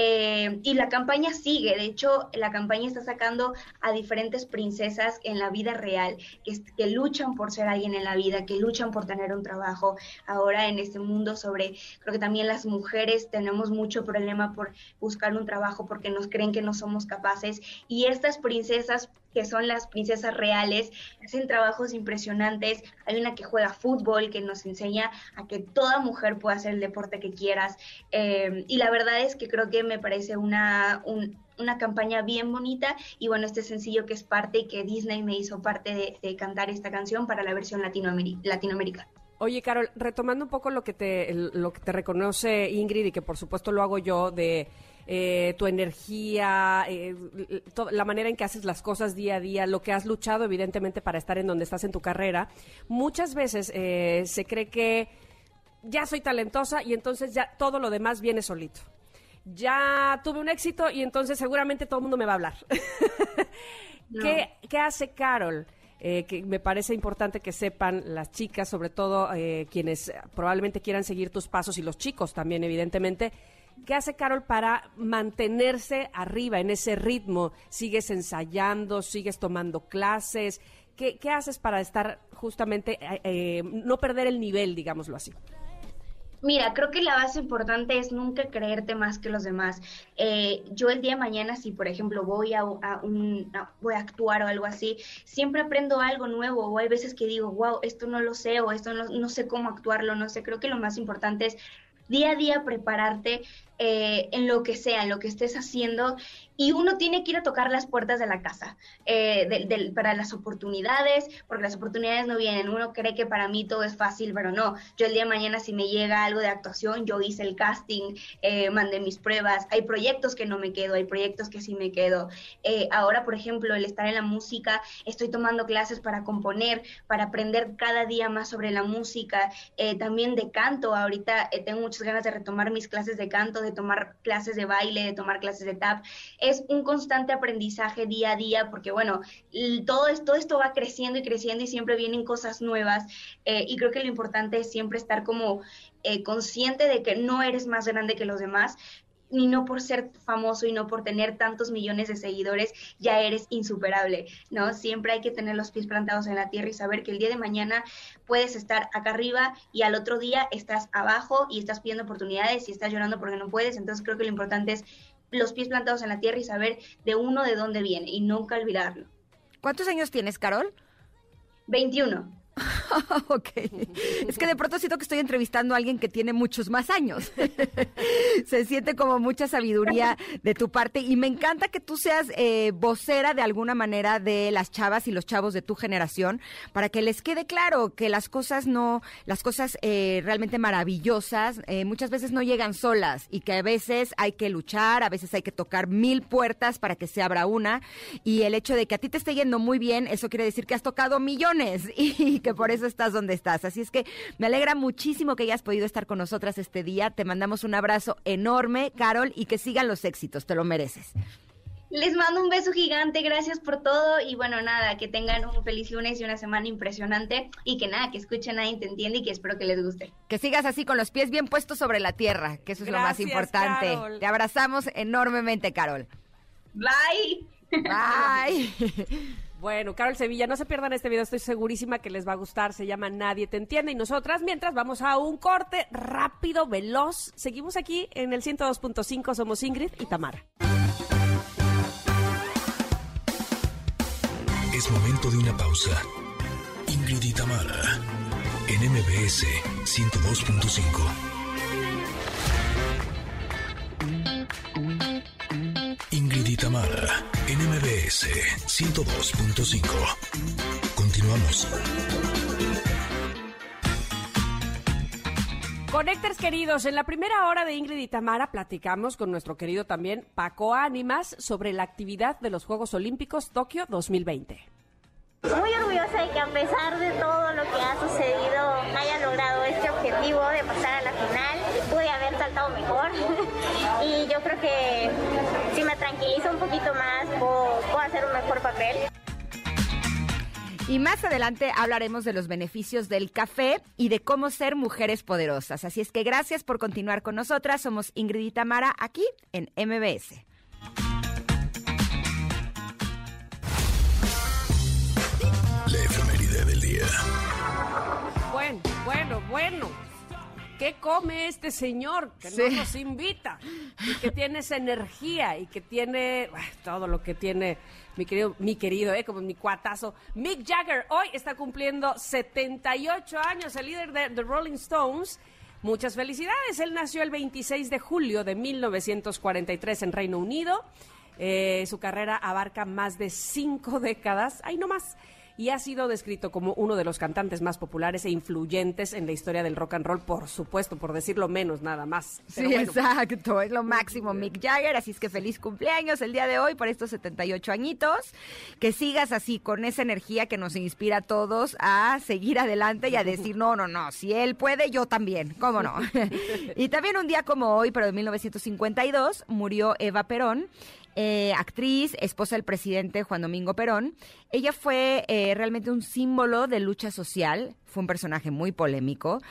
Eh, y la campaña sigue, de hecho la campaña está sacando a diferentes princesas en la vida real, que, que luchan por ser alguien en la vida, que luchan por tener un trabajo ahora en este mundo sobre... Creo que también las mujeres tenemos mucho problema por buscar un trabajo porque nos creen que no somos capaces, y estas princesas, que son las princesas reales, hacen trabajos impresionantes. Hay una que juega fútbol, que nos enseña a que toda mujer pueda hacer el deporte que quieras, eh, y la verdad es que creo que me parece una... Un, una campaña bien bonita, y bueno, este sencillo que es parte y que Disney me hizo parte de, de cantar esta canción para la versión latinoameric- latinoamericana. Oye, Carol, retomando un poco lo que te lo que te reconoce Ingrid, y que por supuesto lo hago yo, de eh, tu energía, eh, to- la manera en que haces las cosas día a día, lo que has luchado evidentemente para estar en donde estás en tu carrera, muchas veces eh, se cree que ya soy talentosa y entonces ya todo lo demás viene solito. Ya tuve un éxito y entonces seguramente todo el mundo me va a hablar. No. ¿Qué, ¿Qué hace Carol? Eh, que me parece importante que sepan las chicas, sobre todo eh, quienes probablemente quieran seguir tus pasos, y los chicos también, evidentemente. ¿Qué hace Carol para mantenerse arriba en ese ritmo? ¿Sigues ensayando? ¿Sigues tomando clases? ¿Qué, qué haces para estar justamente, eh, no perder el nivel, digámoslo así? Mira, creo que la base importante es nunca creerte más que los demás. Eh, yo el día de mañana, si por ejemplo voy a, a un a, voy a actuar o algo así, siempre aprendo algo nuevo, o hay veces que digo, wow, esto no lo sé, o esto no, no sé cómo actuarlo, no sé. Creo que lo más importante es día a día prepararte eh, en lo que sea, en lo que estés haciendo, y uno tiene que ir a tocar las puertas de la casa eh, de, de, para las oportunidades, porque las oportunidades no vienen. Uno cree que para mí todo es fácil, pero no. Yo el día de mañana, si me llega algo de actuación, yo hice el casting, eh, mandé mis pruebas. Hay proyectos que no me quedo, hay proyectos que sí me quedo. Eh, ahora, por ejemplo, el estar en la música, estoy tomando clases para componer, para aprender cada día más sobre la música, eh, también de canto. Ahorita eh, tengo muchas ganas de retomar mis clases de canto, de tomar clases de baile, de tomar clases de tap. Es un constante aprendizaje día a día, porque bueno, todo esto, todo esto va creciendo y creciendo y siempre vienen cosas nuevas, eh, y creo que lo importante es siempre estar como eh, consciente de que no eres más grande que los demás, y no por ser famoso y no por tener tantos millones de seguidores ya eres insuperable, ¿no? Siempre hay que tener los pies plantados en la tierra y saber que el día de mañana puedes estar acá arriba y al otro día estás abajo y estás pidiendo oportunidades y estás llorando porque no puedes. Entonces creo que lo importante es los pies plantados en la tierra y saber de uno de dónde viene y nunca olvidarlo. ¿Cuántos años tienes, Carol? veintiuno. Ok. Es que de pronto siento que estoy entrevistando a alguien que tiene muchos más años. Se siente como mucha sabiduría de tu parte y me encanta que tú seas eh, vocera de alguna manera de las chavas y los chavos de tu generación, para que les quede claro que las cosas no, las cosas eh, realmente maravillosas eh, muchas veces no llegan solas, y que a veces hay que luchar, a veces hay que tocar mil puertas para que se abra una, y el hecho de que a ti te esté yendo muy bien, eso quiere decir que has tocado millones y que por eso estás donde estás. Así es que me alegra muchísimo que hayas podido estar con nosotras este día. Te mandamos un abrazo enorme, Carol, y que sigan los éxitos, te lo mereces. Les mando un beso gigante, gracias por todo, y bueno, nada, que tengan un feliz lunes y una semana impresionante, y que nada, que escuchen Nadie Te Entiende y que espero que les guste. Que sigas así con los pies bien puestos sobre la tierra, que eso es gracias, lo más importante. Carol. Te abrazamos enormemente, Carol. Bye. Bye. Bueno, Carol Sevilla, no se pierdan este video, estoy segurísima que les va a gustar. Se llama Nadie Te Entiende, y nosotras, mientras, vamos a un corte rápido, veloz. Seguimos aquí en el ciento dos punto cinco, somos Ingrid y Tamara. Es momento de una pausa. Ingrid y Tamara, en M B S ciento dos punto cinco. Ingrid y Tamara, en M B S ciento dos punto cinco. Continuamos. Connectors queridos, en la primera hora de Ingrid y Tamara platicamos con nuestro querido también Paco Ánimas sobre la actividad de los Juegos Olímpicos Tokio dos mil veinte. Muy orgullosa de que a pesar de todo lo que ha sucedido haya logrado este objetivo de pasar a la final. Pude haber saltado mejor y yo creo que si me tranquilizo un poquito más puedo, puedo hacer un mejor papel. Y más adelante hablaremos de los beneficios del café y de cómo ser mujeres poderosas. Así es que gracias por continuar con nosotras. Somos Ingrid y Tamara aquí en M B S. La efeméride del día. Bueno, bueno, bueno. ¿Qué come este señor que sí. no nos invita? Y que tiene esa energía y que tiene bueno, todo lo que tiene mi querido, mi querido, eh, como mi cuatazo. Mick Jagger hoy está cumpliendo setenta y ocho años, el líder de The Rolling Stones. Muchas felicidades. Él nació el veintiséis de julio de mil novecientos cuarenta y tres en Reino Unido. Eh, su carrera abarca más de cinco décadas. ¡Ay, no más! Y ha sido descrito como uno de los cantantes más populares e influyentes en la historia del rock and roll, por supuesto, por decirlo menos, nada más. Pero sí, bueno. Exacto, es lo máximo Mick Jagger, así es que feliz cumpleaños el día de hoy por estos setenta y ocho añitos. Que sigas así, con esa energía que nos inspira a todos a seguir adelante y a decir, no, no, no, si él puede, yo también, ¿cómo no? Y también un día como hoy, pero de mil novecientos cincuenta y dos, murió Eva Perón. eh, actriz, esposa del presidente Juan Domingo Perón. Ella fue eh, realmente un símbolo de lucha social, fue un personaje muy polémico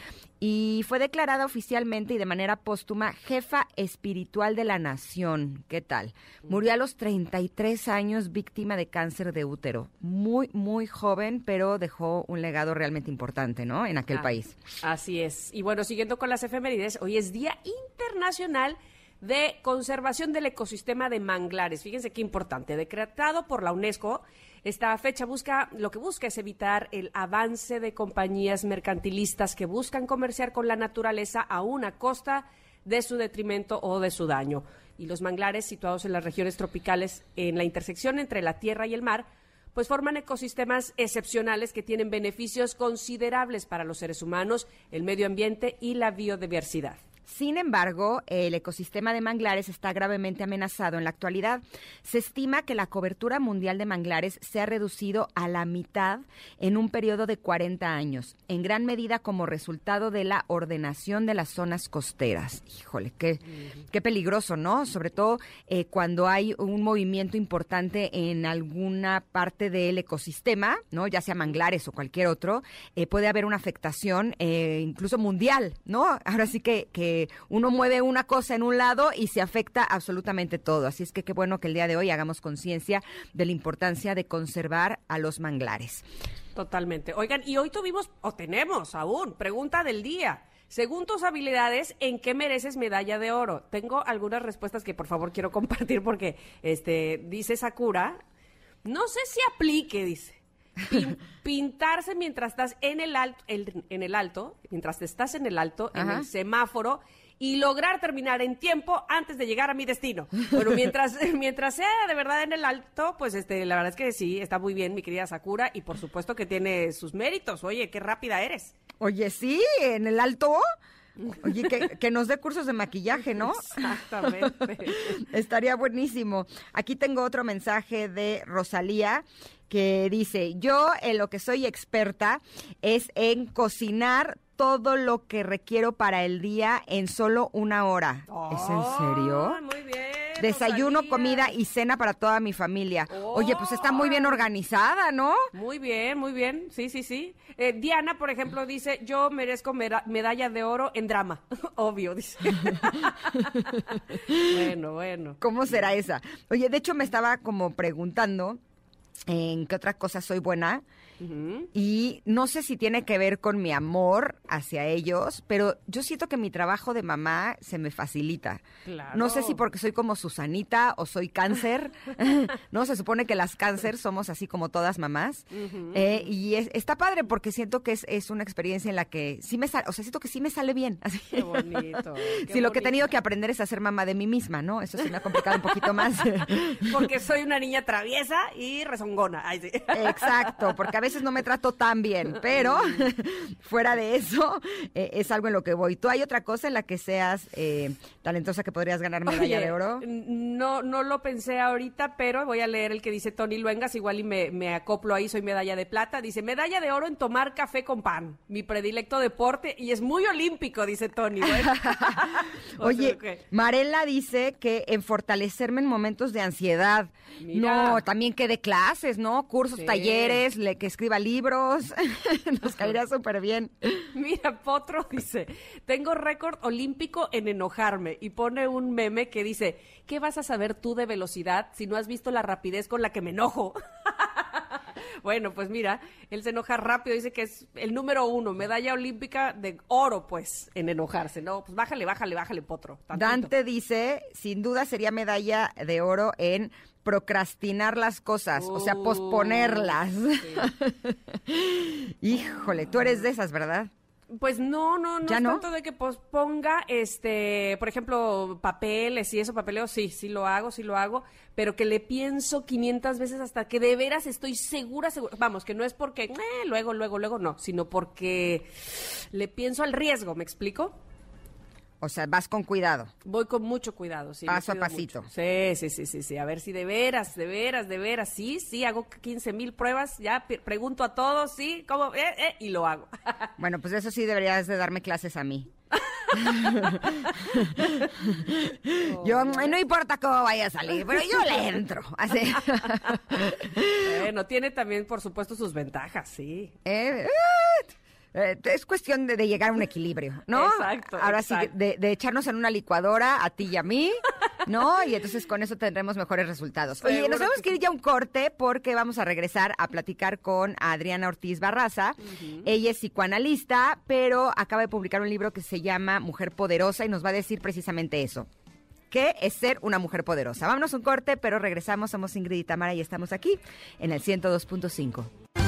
y fue declarada oficialmente y de manera póstuma jefa espiritual de la nación. ¿Qué tal? Murió a los treinta y tres años víctima de cáncer de útero. Muy, muy joven, pero dejó un legado realmente importante, ¿no? En aquel Ah, país. Así es. Y bueno, siguiendo con las efemérides, hoy es Día Internacional de Conservación del Ecosistema de Manglares. Fíjense qué importante. Decretado por la UNESCO, esta fecha busca, lo que busca es evitar el avance de compañías mercantilistas que buscan comerciar con la naturaleza aún a costa de su detrimento o de su daño. Y los manglares, situados en las regiones tropicales, en la intersección entre la tierra y el mar, pues forman ecosistemas excepcionales que tienen beneficios considerables para los seres humanos, el medio ambiente y la biodiversidad. Sin embargo, el ecosistema de manglares está gravemente amenazado en la actualidad. Se estima que la cobertura mundial de manglares se ha reducido a la mitad en un periodo de cuarenta años, en gran medida como resultado de la ordenación de las zonas costeras. Híjole, qué, qué peligroso, ¿no? Sobre todo eh, cuando hay un movimiento importante en alguna parte del ecosistema, ¿no? Ya sea manglares o cualquier otro, eh, puede haber una afectación eh, incluso mundial, ¿no? Ahora sí que, que uno mueve una cosa en un lado y se afecta absolutamente todo. Así es que qué bueno que el día de hoy hagamos conciencia de la importancia de conservar a los manglares. Totalmente. Oigan, y hoy tuvimos, o tenemos aún, pregunta del día. Según tus habilidades, ¿en qué mereces medalla de oro? Tengo algunas respuestas que por favor quiero compartir porque este dice Sakura, no sé si aplique, dice. Pin- pintarse mientras estás en el alto, el- en el alto, mientras te estás en el alto, en Ajá. el semáforo, y lograr terminar en tiempo antes de llegar a mi destino. Bueno, mientras, mientras sea de verdad en el alto, pues este, la verdad es que sí, está muy bien, mi querida Sakura, y por supuesto que tiene sus méritos. Oye, qué rápida eres. Oye, sí, en el alto. Oye, que, que nos dé cursos de maquillaje, ¿no? Exactamente. Estaría buenísimo. Aquí tengo otro mensaje de Rosalía que dice, yo en lo que soy experta es en cocinar todo lo que requiero para el día en solo una hora. ¿Es en serio? Ay, muy bien. Desayuno, Rosalía. comida y cena para toda mi familia. Oye, pues está muy bien organizada, ¿no? Muy bien, muy bien. Sí, sí, sí. Eh, Diana, por ejemplo, dice, yo merezco meda- medalla de oro en drama. Obvio, dice. Bueno, bueno. ¿Cómo será esa? Oye, de hecho me estaba como preguntando en qué otra cosa soy buena. Ujú. Y no sé si tiene que ver con mi amor hacia ellos, pero yo siento que mi trabajo de mamá se me facilita. Claro. No sé si porque soy como Susanita o soy cáncer. No, se supone que las cáncer somos así como todas mamás. Ujú. Eh, y es- está padre porque siento que es, es una experiencia en la que sí me sale, o sea, siento que sí me sale bien. Así. Qué bonito. qué Sí, lo que he bonito. tenido que aprender es a ser mamá de mí misma, ¿no? Eso sí me ha complicado un poquito más. Porque soy una niña traviesa y rezongona. Ay, sí. Exacto, porque a veces no me trato tan bien, pero fuera de eso, eh, es algo en lo que voy. ¿Tú hay otra cosa en la que seas eh, talentosa que podrías ganar medalla Oye, de oro? No, no lo pensé ahorita, pero voy a leer el que dice Tony Luengas, igual y me, me acoplo ahí, soy medalla de plata. Dice, medalla de oro en tomar café con pan, mi predilecto deporte, y es muy olímpico, dice Tony. Bueno. O Oye, sea que- Marela dice que en fortalecerme en momentos de ansiedad. Mira. No, también que dé clases, ¿no? Cursos, Sí. talleres, le, que escriba libros. Nos caería súper bien. Mira, Potro dice, tengo récord olímpico en enojarme, y pone un meme que dice, ¿qué vas a saber tú de velocidad si no has visto la rapidez con la que me enojo? Bueno, pues mira, él se enoja rápido, dice que es el número uno, medalla olímpica de oro, pues, en enojarse, ¿no? Pues bájale, bájale, bájale, Potro. tantito. Dante dice, sin duda sería medalla de oro en procrastinar las cosas, o sea, Uh, posponerlas. Híjole, tú eres de esas, ¿verdad? Pues no, no, no ¿Ya es no? tanto de que posponga, este, por ejemplo, papeles y eso, papeleo, sí, sí lo hago, sí lo hago, pero que le pienso quinientas veces hasta que de veras estoy segura, segura, vamos, que no es porque, eh, luego, luego, luego, no, sino porque le pienso al riesgo, ¿me explico? O sea, vas con cuidado. Voy con mucho cuidado, sí. me Paso a cuido pasito. mucho. Sí, sí, sí, sí, sí, a ver si de veras, de veras, de veras, sí, sí, hago quince mil pruebas, ya pe- pregunto a todos, sí, ¿cómo? Eh, eh, y lo hago. Bueno, pues eso sí deberías de darme clases a mí. Yo, no importa cómo vaya a salir, pero yo le entro. Así. Bueno, tiene también, por supuesto, sus ventajas, sí. Eh, eh, eh, es cuestión de, de llegar a un equilibrio, ¿no? Exacto. Ahora exacto. sí, de, de echarnos en una licuadora a ti y a mí, ¿no? Y entonces con eso tendremos mejores resultados. Oye, Seguro nos tenemos que que ir ya a un corte porque vamos a regresar a platicar con Adriana Ortiz Barraza. Uh-huh. Ella es psicoanalista, pero acaba de publicar un libro que se llama Mujer Poderosa y nos va a decir precisamente eso. ¿Qué es ser una mujer poderosa? Vámonos a un corte, pero regresamos. Somos Ingrid y Tamara y estamos aquí en el ciento dos punto cinco.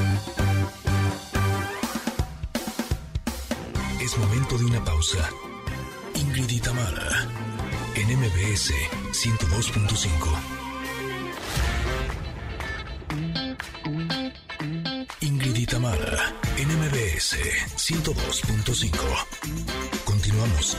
Es momento de una pausa. Ingrid y Tamara en M B S ciento dos punto cinco. Ingrid y Tamara en M B S ciento dos punto cinco. Continuamos.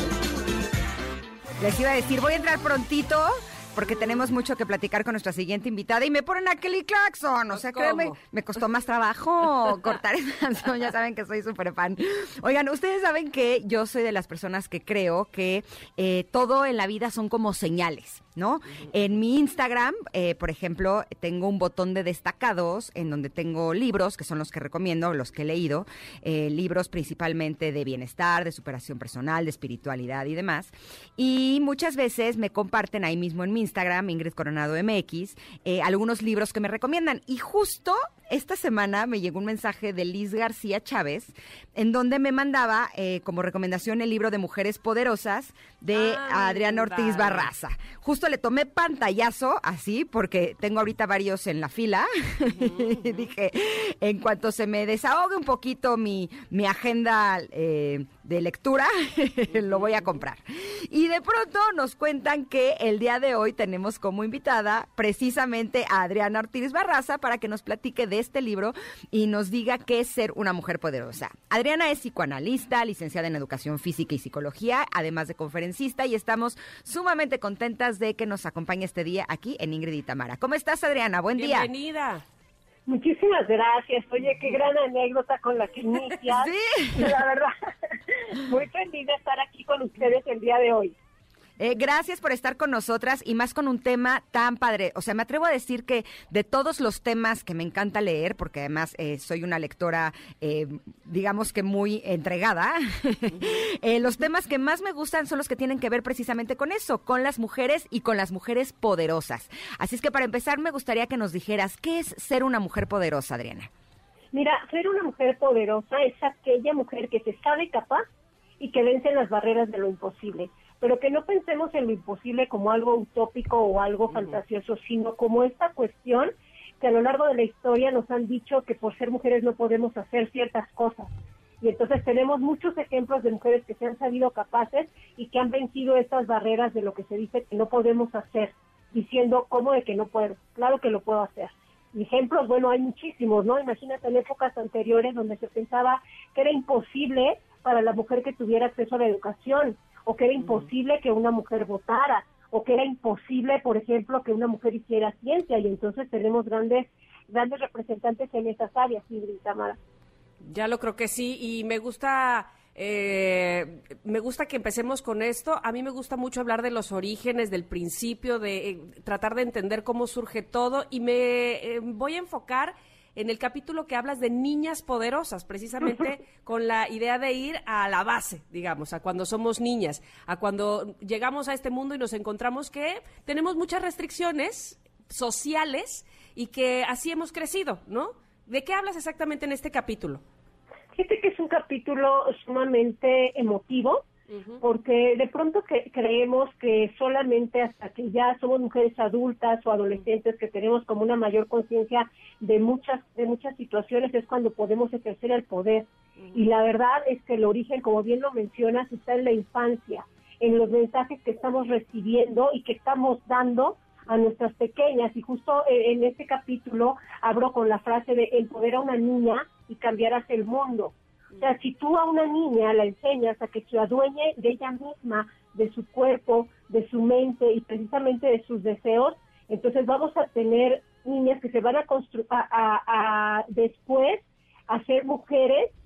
Les iba a decir, voy a entrar prontito porque tenemos mucho que platicar con nuestra siguiente invitada y me ponen a Kelly Clarkson. O sea, ¿Cómo? créanme, me costó más trabajo cortar esa canción. Ya saben que soy súper fan. Oigan, ustedes saben que yo soy de las personas que creo que eh, todo en la vida son como señales, ¿no? Uh-huh. En mi Instagram, eh, por ejemplo, tengo un botón de destacados en donde tengo libros, que son los que recomiendo, los que he leído, eh, libros principalmente de bienestar, de superación personal, de espiritualidad y demás. Y muchas veces me comparten ahí mismo en mi Instagram, Ingrid Coronado M X, eh, algunos libros que me recomiendan. Y justo esta semana me llegó un mensaje de Liz García Chávez, en donde me mandaba eh, como recomendación el libro de Mujeres Poderosas de ah, Adriana Ortiz vale. Barraza. Justo le tomé pantallazo así, porque tengo ahorita varios en la fila. Uh-huh. Y dije, en cuanto se me desahogue un poquito mi, mi agenda eh, de lectura, uh-huh. lo voy a comprar. Y de pronto nos cuentan que el día de hoy tenemos como invitada precisamente a Adriana Ortiz Barraza para que nos platique de este libro y nos diga qué es ser una mujer poderosa. Adriana es psicoanalista, licenciada en educación física y psicología, además de conferencista, y estamos sumamente contentas de que nos acompañe este día aquí en Ingrid y Tamara. ¿Cómo estás, Adriana? Buen día. Bienvenida. Muchísimas gracias. Oye, qué gran anécdota con la que inicias. Sí. La verdad, muy feliz de estar aquí con ustedes el día de hoy. Eh, gracias por estar con nosotras y más con un tema tan padre. O sea, me atrevo a decir que de todos los temas que me encanta leer, porque además eh, soy una lectora, eh, digamos que muy entregada, eh, los temas que más me gustan son los que tienen que ver precisamente con eso, con las mujeres y con las mujeres poderosas. Así es que para empezar me gustaría que nos dijeras, ¿qué es ser una mujer poderosa, Adriana? Mira, ser una mujer poderosa es aquella mujer que se sabe capaz y que vence las barreras de lo imposible. Pero que no pensemos en lo imposible como algo utópico o algo uh-huh. fantasioso, sino como esta cuestión que a lo largo de la historia nos han dicho que por ser mujeres no podemos hacer ciertas cosas. Y entonces tenemos muchos ejemplos de mujeres que se han sabido capaces y que han vencido estas barreras de lo que se dice que no podemos hacer, diciendo cómo de que no puedo, claro que lo puedo hacer. Y ejemplos, bueno, hay muchísimos, ¿no? Imagínate en épocas anteriores donde se pensaba que era imposible para la mujer que tuviera acceso a la educación, o que era imposible que una mujer votara, o que era imposible, por ejemplo, que una mujer hiciera ciencia, y entonces tenemos grandes grandes representantes en esas áreas, Ingrid y Tamara. Ya lo creo que sí, y me gusta eh, me gusta que empecemos con esto. A mí me gusta mucho hablar de los orígenes, del principio, de eh, tratar de entender cómo surge todo, y me eh, voy a enfocar en el capítulo que hablas de niñas poderosas, precisamente con la idea de ir a la base, digamos, a cuando somos niñas, a cuando llegamos a este mundo y nos encontramos que tenemos muchas restricciones sociales y que así hemos crecido, ¿no? ¿De qué hablas exactamente en este capítulo? Fíjate que es un capítulo sumamente emotivo, uh-huh. porque de pronto que creemos que solamente hasta que ya somos mujeres adultas o adolescentes que tenemos como una mayor conciencia de muchas de muchas situaciones es cuando podemos ejercer el poder. Uh-huh. Y la verdad es que el origen, como bien lo mencionas, está en la infancia, en los mensajes que estamos recibiendo y que estamos dando a nuestras pequeñas. Y justo en este capítulo abro con la frase de empoderar a una niña y cambiarás el mundo. O sea, si tú a una niña la enseñas a que se adueñe de ella misma, de su cuerpo, de su mente y precisamente de sus deseos, entonces vamos a tener niñas que se van a construir, a, a, a después a ser mujeres que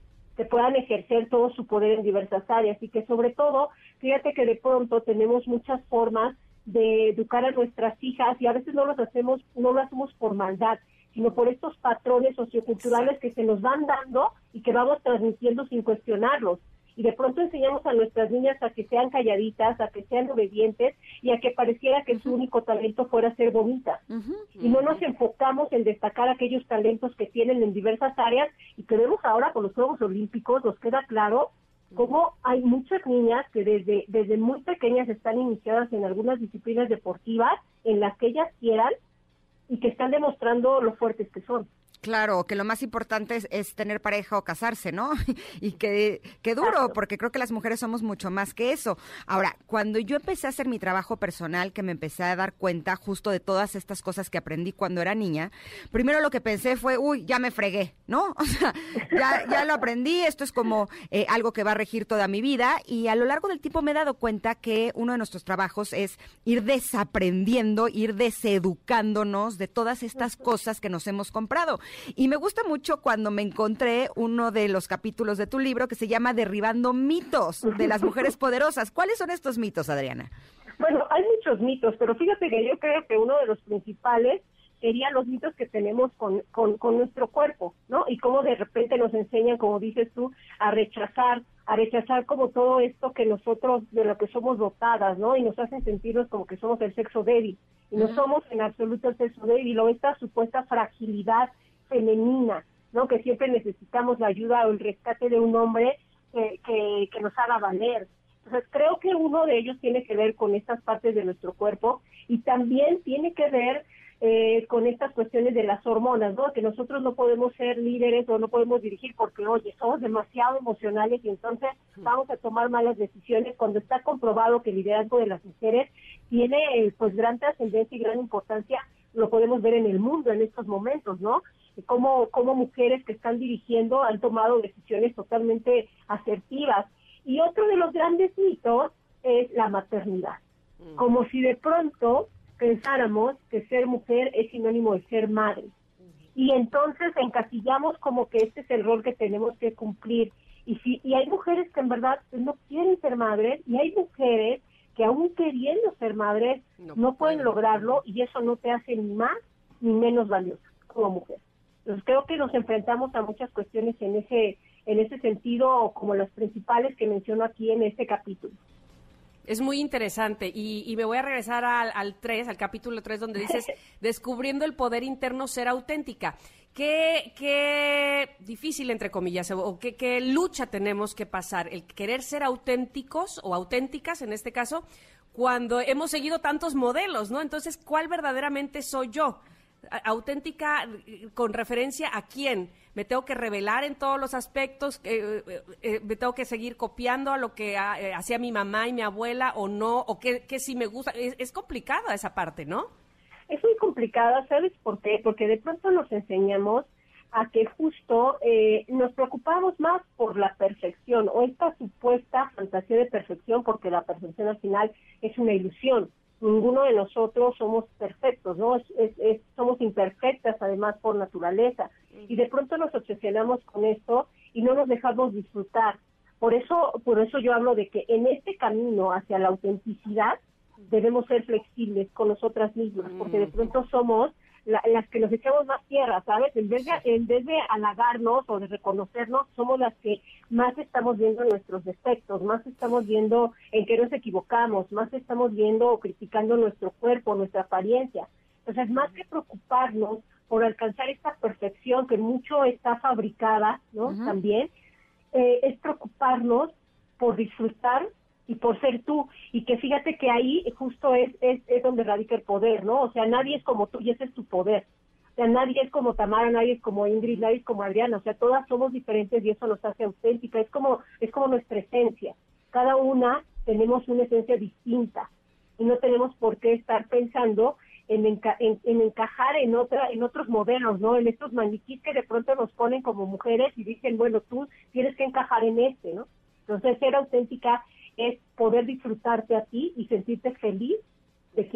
que puedan ejercer todo su poder en diversas áreas y que sobre todo, fíjate que de pronto tenemos muchas formas de educar a nuestras hijas y a veces no los hacemos, no lo hacemos por maldad, sino por estos patrones socioculturales que se nos van dando y que vamos transmitiendo sin cuestionarlos. Y de pronto enseñamos a nuestras niñas a que sean calladitas, a que sean obedientes y a que pareciera que su único talento fuera ser bonitas. Uh-huh. Y no nos enfocamos en destacar aquellos talentos que tienen en diversas áreas y que vemos ahora con los Juegos Olímpicos, nos queda claro cómo hay muchas niñas que desde, desde muy pequeñas están iniciadas en algunas disciplinas deportivas en las que ellas quieran y que están demostrando lo fuertes que son. Claro, que lo más importante es, es tener pareja o casarse, ¿no? Y que, que duro, claro. Porque creo que las mujeres somos mucho más que eso. Ahora, cuando yo empecé a hacer mi trabajo personal, que me empecé a dar cuenta justo de todas estas cosas que aprendí cuando era niña, primero lo que pensé fue, uy, ya me fregué, ¿no? O sea, ya, ya lo aprendí, esto es como eh, algo que va a regir toda mi vida, y a lo largo del tiempo me he dado cuenta que uno de nuestros trabajos es ir desaprendiendo, ir deseducándonos de todas estas cosas que nos hemos comprado. Y me gusta mucho cuando me encontré uno de los capítulos de tu libro que se llama Derribando mitos de las mujeres poderosas. ¿Cuáles son estos mitos, Adriana? Bueno, hay muchos mitos, pero fíjate que yo creo que uno de los principales serían los mitos que tenemos con, con, con nuestro cuerpo, ¿no? Y cómo de repente nos enseñan, como dices tú, a rechazar, a rechazar como todo esto que nosotros, de lo que somos dotadas, ¿no? Y nos hacen sentirnos como que somos el sexo débil. Y no uh-huh. somos en absoluto el sexo débil, o esta supuesta fragilidad femenina, ¿no? Que siempre necesitamos la ayuda o el rescate de un hombre que, que, que nos haga valer. Entonces creo que uno de ellos tiene que ver con estas partes de nuestro cuerpo y también tiene que ver eh, con estas cuestiones de las hormonas, ¿no? Que nosotros no podemos ser líderes o no podemos dirigir porque, oye, somos demasiado emocionales y entonces vamos a tomar malas decisiones, cuando está comprobado que el liderazgo de las mujeres tiene eh, pues gran trascendencia y gran importancia. Lo podemos ver en el mundo en estos momentos, ¿no? Como, como mujeres que están dirigiendo han tomado decisiones totalmente asertivas. Y otro de los grandes mitos es la maternidad. Mm. Como si de pronto pensáramos que ser mujer es sinónimo de ser madre. Mm. Y entonces encasillamos como que este es el rol que tenemos que cumplir. Y, si, y hay mujeres que en verdad no quieren ser madres, y hay mujeres que aún queriendo ser madres no, no pueden puede. lograrlo, y eso no te hace ni más ni menos valiosa como mujer. Entonces creo que nos enfrentamos a muchas cuestiones en ese en ese sentido, como las principales que menciono aquí en este capítulo. Es muy interesante, y, y me voy a regresar al, al tres, al capítulo tres, donde dices, descubriendo el poder interno, ser auténtica. Qué, qué difícil, entre comillas, o qué, qué lucha tenemos que pasar, el querer ser auténticos o auténticas, en este caso, cuando hemos seguido tantos modelos, ¿no? Entonces, ¿cuál verdaderamente soy yo? Auténtica con referencia a quién. Me tengo que revelar en todos los aspectos, eh, eh, eh, me tengo que seguir copiando a lo que eh, hacía mi mamá y mi abuela, o no, o que, que si me gusta. Es, es complicada esa parte, ¿no? Es muy complicada, ¿sabes por qué? Porque de pronto nos enseñamos a que justo eh, nos preocupamos más por la perfección, o esta supuesta fantasía de perfección, porque la perfección al final es una ilusión. Ninguno de nosotros somos perfectos, ¿no? Es, es, es, somos imperfectas, además, por naturaleza. Y de pronto nos obsesionamos con esto y no nos dejamos disfrutar. Por eso, por eso yo hablo de que en este camino hacia la autenticidad debemos ser flexibles con nosotras mismas, porque de pronto somos la, las que nos echamos más tierra, ¿sabes? En vez de, en vez de halagarnos o de reconocernos, somos las que más estamos viendo nuestros defectos, más estamos viendo en qué nos equivocamos, más estamos viendo o criticando nuestro cuerpo, nuestra apariencia. Entonces, más que preocuparnos por alcanzar esta perfección que mucho está fabricada, ¿no? Uh-huh. También, eh, es preocuparnos por disfrutar y por ser tú, y que fíjate que ahí justo es, es, es donde radica el poder, ¿no? O sea, nadie es como tú y ese es tu poder. O sea, nadie es como Tamara, nadie es como Ingrid, nadie es como Adriana. O sea, todas somos diferentes y eso nos hace auténticas. Es como, es como nuestra esencia. Cada una tenemos una esencia distinta y no tenemos por qué estar pensando en, enca en, en encajar en otra en otros modelos, ¿no? En estos maniquís que de pronto nos ponen como mujeres y dicen, bueno, tú tienes que encajar en este, ¿no? Entonces, ser auténtica es poder disfrutarte a ti y sentirte feliz de quién eres.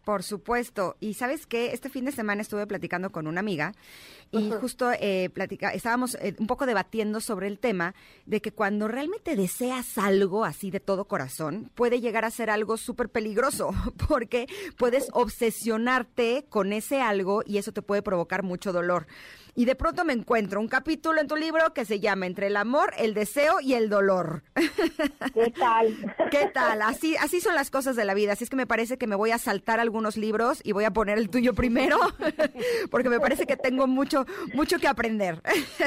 Por supuesto. Y ¿sabes qué? Este fin de semana estuve platicando con una amiga y uh-huh. justo eh, platica, estábamos eh, un poco debatiendo sobre el tema de que cuando realmente deseas algo así de todo corazón, puede llegar a ser algo súper peligroso porque puedes obsesionarte con ese algo y eso te puede provocar mucho dolor. Y de pronto me encuentro un capítulo en tu libro que se llama Entre el amor, el deseo y el dolor. ¿Qué tal? ¿Qué tal? Así, así son las cosas de la vida. Así es que me parece que me voy a saltar algunos libros y voy a poner el tuyo primero, porque me parece que tengo mucho, mucho que aprender.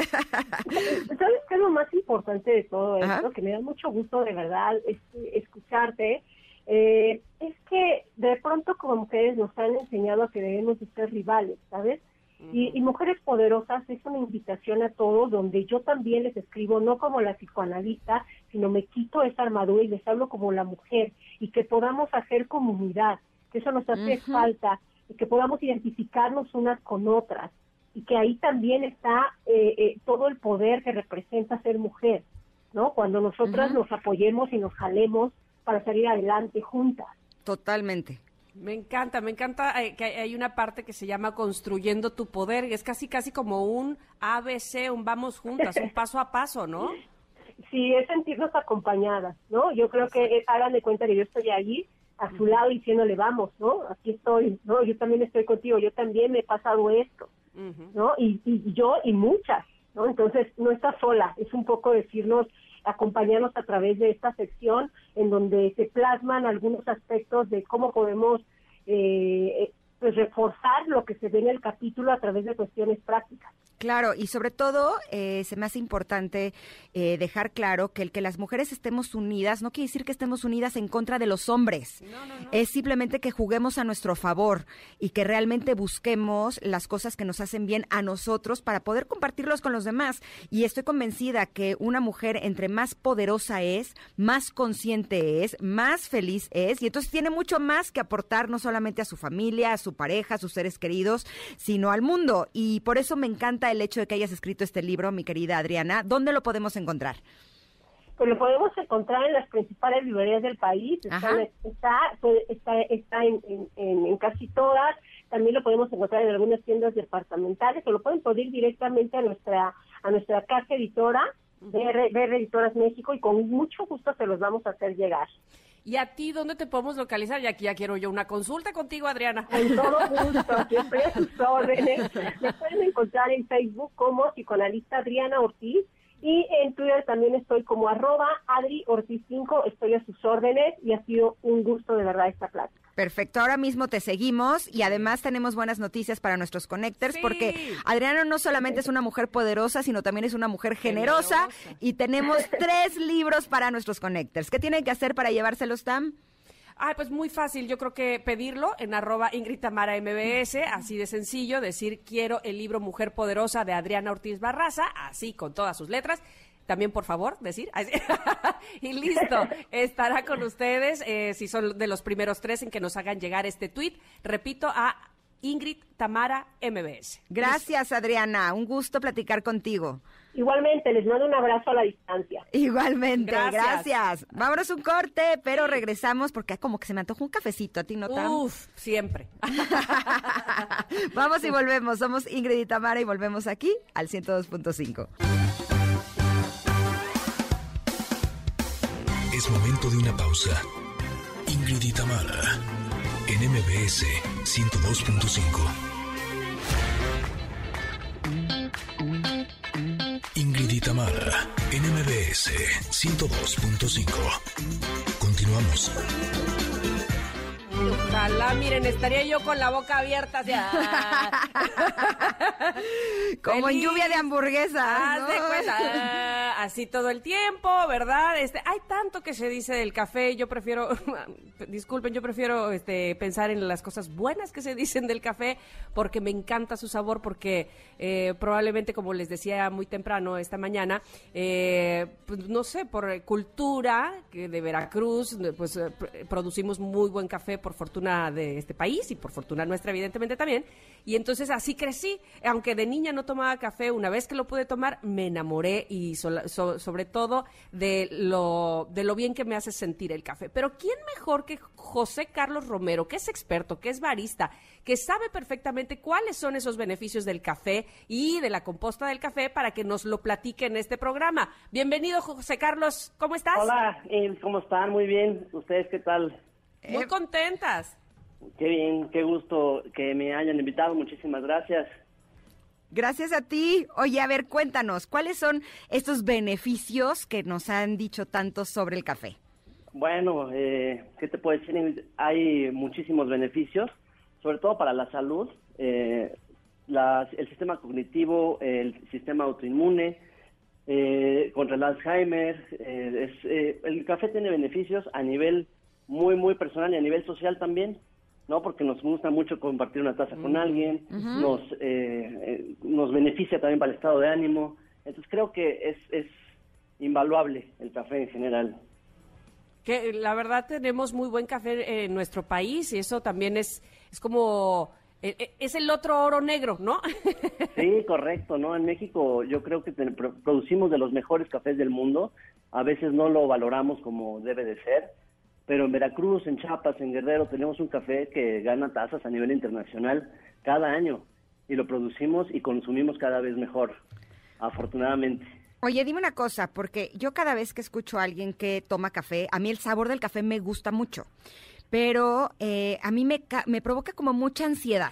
¿Sabes qué es lo más importante de todo esto? Ajá. Que me da mucho gusto, de verdad, es, escucharte. Eh, es que de pronto como mujeres nos han enseñado a que debemos de ser rivales, ¿sabes? Y, y Mujeres Poderosas es una invitación a todos donde yo también les escribo, no como la psicoanalista, sino me quito esa armadura y les hablo como la mujer, y que podamos hacer comunidad, que eso nos hace uh-huh. falta, y que podamos identificarnos unas con otras, y que ahí también está eh, eh, todo el poder que representa ser mujer, ¿no? Cuando nosotras uh-huh. nos apoyemos y nos jalemos para salir adelante juntas. Totalmente. Me encanta, me encanta eh, que hay una parte que se llama Construyendo tu Poder, es casi casi como un A B C, un vamos juntas, un paso a paso, ¿no? Sí, es sentirnos acompañadas, ¿no? Yo creo que hagan de cuenta que yo estoy allí a su lado diciéndole, vamos, ¿no? Aquí estoy, ¿no? Yo también estoy contigo, yo también me he pasado esto, uh-huh. ¿no? Y, y yo y muchas, ¿no? Entonces, no estás sola, es un poco decirnos, acompañarnos a través de esta sección en donde se plasman algunos aspectos de cómo podemos eh, pues reforzar lo que se ve en el capítulo a través de cuestiones prácticas. Claro, y sobre todo eh, se me hace importante eh, dejar claro que el que las mujeres estemos unidas no quiere decir que estemos unidas en contra de los hombres. No, no, no. Es simplemente que juguemos a nuestro favor y que realmente busquemos las cosas que nos hacen bien a nosotros para poder compartirlos con los demás. Y estoy convencida que una mujer entre más poderosa es, más consciente es, más feliz es, y entonces tiene mucho más que aportar no solamente a su familia, a su pareja, a sus seres queridos, sino al mundo. Y por eso me encanta el hecho de que hayas escrito este libro, mi querida Adriana. ¿Dónde lo podemos encontrar? Pues lo podemos encontrar en las principales librerías del país. Está, está, está, está en, en, en casi todas. También lo podemos encontrar en algunas tiendas departamentales, o lo pueden pedir directamente a nuestra a nuestra casa editora, B R, B R Editoras México, y con mucho gusto se los vamos a hacer llegar. ¿Y a ti dónde te podemos localizar? Y aquí ya quiero yo una consulta contigo, Adriana. Con todo gusto, siempre a sus órdenes. Me pueden encontrar en Facebook como psicoanalista Adriana Ortiz, y en Twitter también estoy como arroba Adri Ortiz cinco, estoy a sus órdenes, y ha sido un gusto de verdad esta plática. Perfecto, ahora mismo te seguimos y además tenemos buenas noticias para nuestros connectors, sí. porque Adriana no solamente es una mujer poderosa, sino también es una mujer generosa, generosa. Y tenemos tres libros para nuestros connectors. ¿Qué tienen que hacer para llevárselos, Tam? Ay, pues muy fácil, yo creo que pedirlo en arroba Ingrid Tamara M B S, así de sencillo, decir quiero el libro Mujer Poderosa de Adriana Ortiz Barraza, así con todas sus letras. También, por favor, decir, y listo, estará con ustedes, eh, si son de los primeros tres en que nos hagan llegar este tweet, repito, a Ingrid Tamara M B S. Gracias, listo. Adriana, un gusto platicar contigo. Igualmente, les mando un abrazo a la distancia. Igualmente, gracias. gracias. Vámonos un corte, pero sí. regresamos porque como que se me antojó un cafecito, ¿a ti no, Tam? Uf, siempre. Vamos y volvemos, somos Ingrid y Tamara y volvemos aquí al ciento dos punto cinco. Es momento de una pausa. Ingrid y Tamara, en M B S ciento dos punto cinco. Ingrid y Tamara, en M B S ciento dos punto cinco. Continuamos. Ojalá, miren, estaría yo con la boca abierta hacia... Como Feliz. En lluvia de hamburguesas, ¿no? Haz de cuenta, así todo el tiempo, ¿verdad? Este, hay tanto que se dice del café, yo prefiero, disculpen, yo prefiero este, pensar en las cosas buenas que se dicen del café, porque me encanta su sabor, porque eh, probablemente, como les decía muy temprano esta mañana, eh, pues, no sé, por cultura que de Veracruz, pues producimos muy buen café, por fortuna de este país y por fortuna nuestra, evidentemente también. Y entonces así crecí, aunque de niña no tomaba café, una vez que lo pude tomar, me enamoré y so, so, sobre todo de lo, de lo bien que me hace sentir el café. Pero ¿quién mejor que José Carlos Romero, que es experto, que es barista, que sabe perfectamente cuáles son esos beneficios del café y de la composta del café para que nos lo platique en este programa? Bienvenido, José Carlos, ¿cómo estás? Hola, ¿cómo están? Muy bien. ¿Ustedes qué tal? Muy eh, contentas. Qué bien, qué gusto que me hayan invitado. Muchísimas gracias. Gracias a ti. Oye, a ver, cuéntanos, ¿cuáles son estos beneficios que nos han dicho tanto sobre el café? Bueno, eh, ¿qué te puedo decir? Hay muchísimos beneficios, sobre todo para la salud, eh, la, el sistema cognitivo, el sistema autoinmune, eh, contra el Alzheimer. Eh, es, eh, el café tiene beneficios a nivel muy, muy personal y a nivel social también, ¿no? Porque nos gusta mucho compartir una taza mm. con alguien, uh-huh. nos eh, eh, nos beneficia también para el estado de ánimo. Entonces creo que es, es invaluable el café en general. Que la verdad tenemos muy buen café en nuestro país y eso también es, es como, es el otro oro negro, ¿no? Sí, correcto, ¿no? En México yo creo que te, producimos de los mejores cafés del mundo, a veces no lo valoramos como debe de ser, pero en Veracruz, en Chiapas, en Guerrero tenemos un café que gana tazas a nivel internacional cada año y lo producimos y consumimos cada vez mejor, afortunadamente. Oye, dime una cosa, porque yo cada vez que escucho a alguien que toma café, a mí el sabor del café me gusta mucho, pero eh, a mí me, me provoca como mucha ansiedad.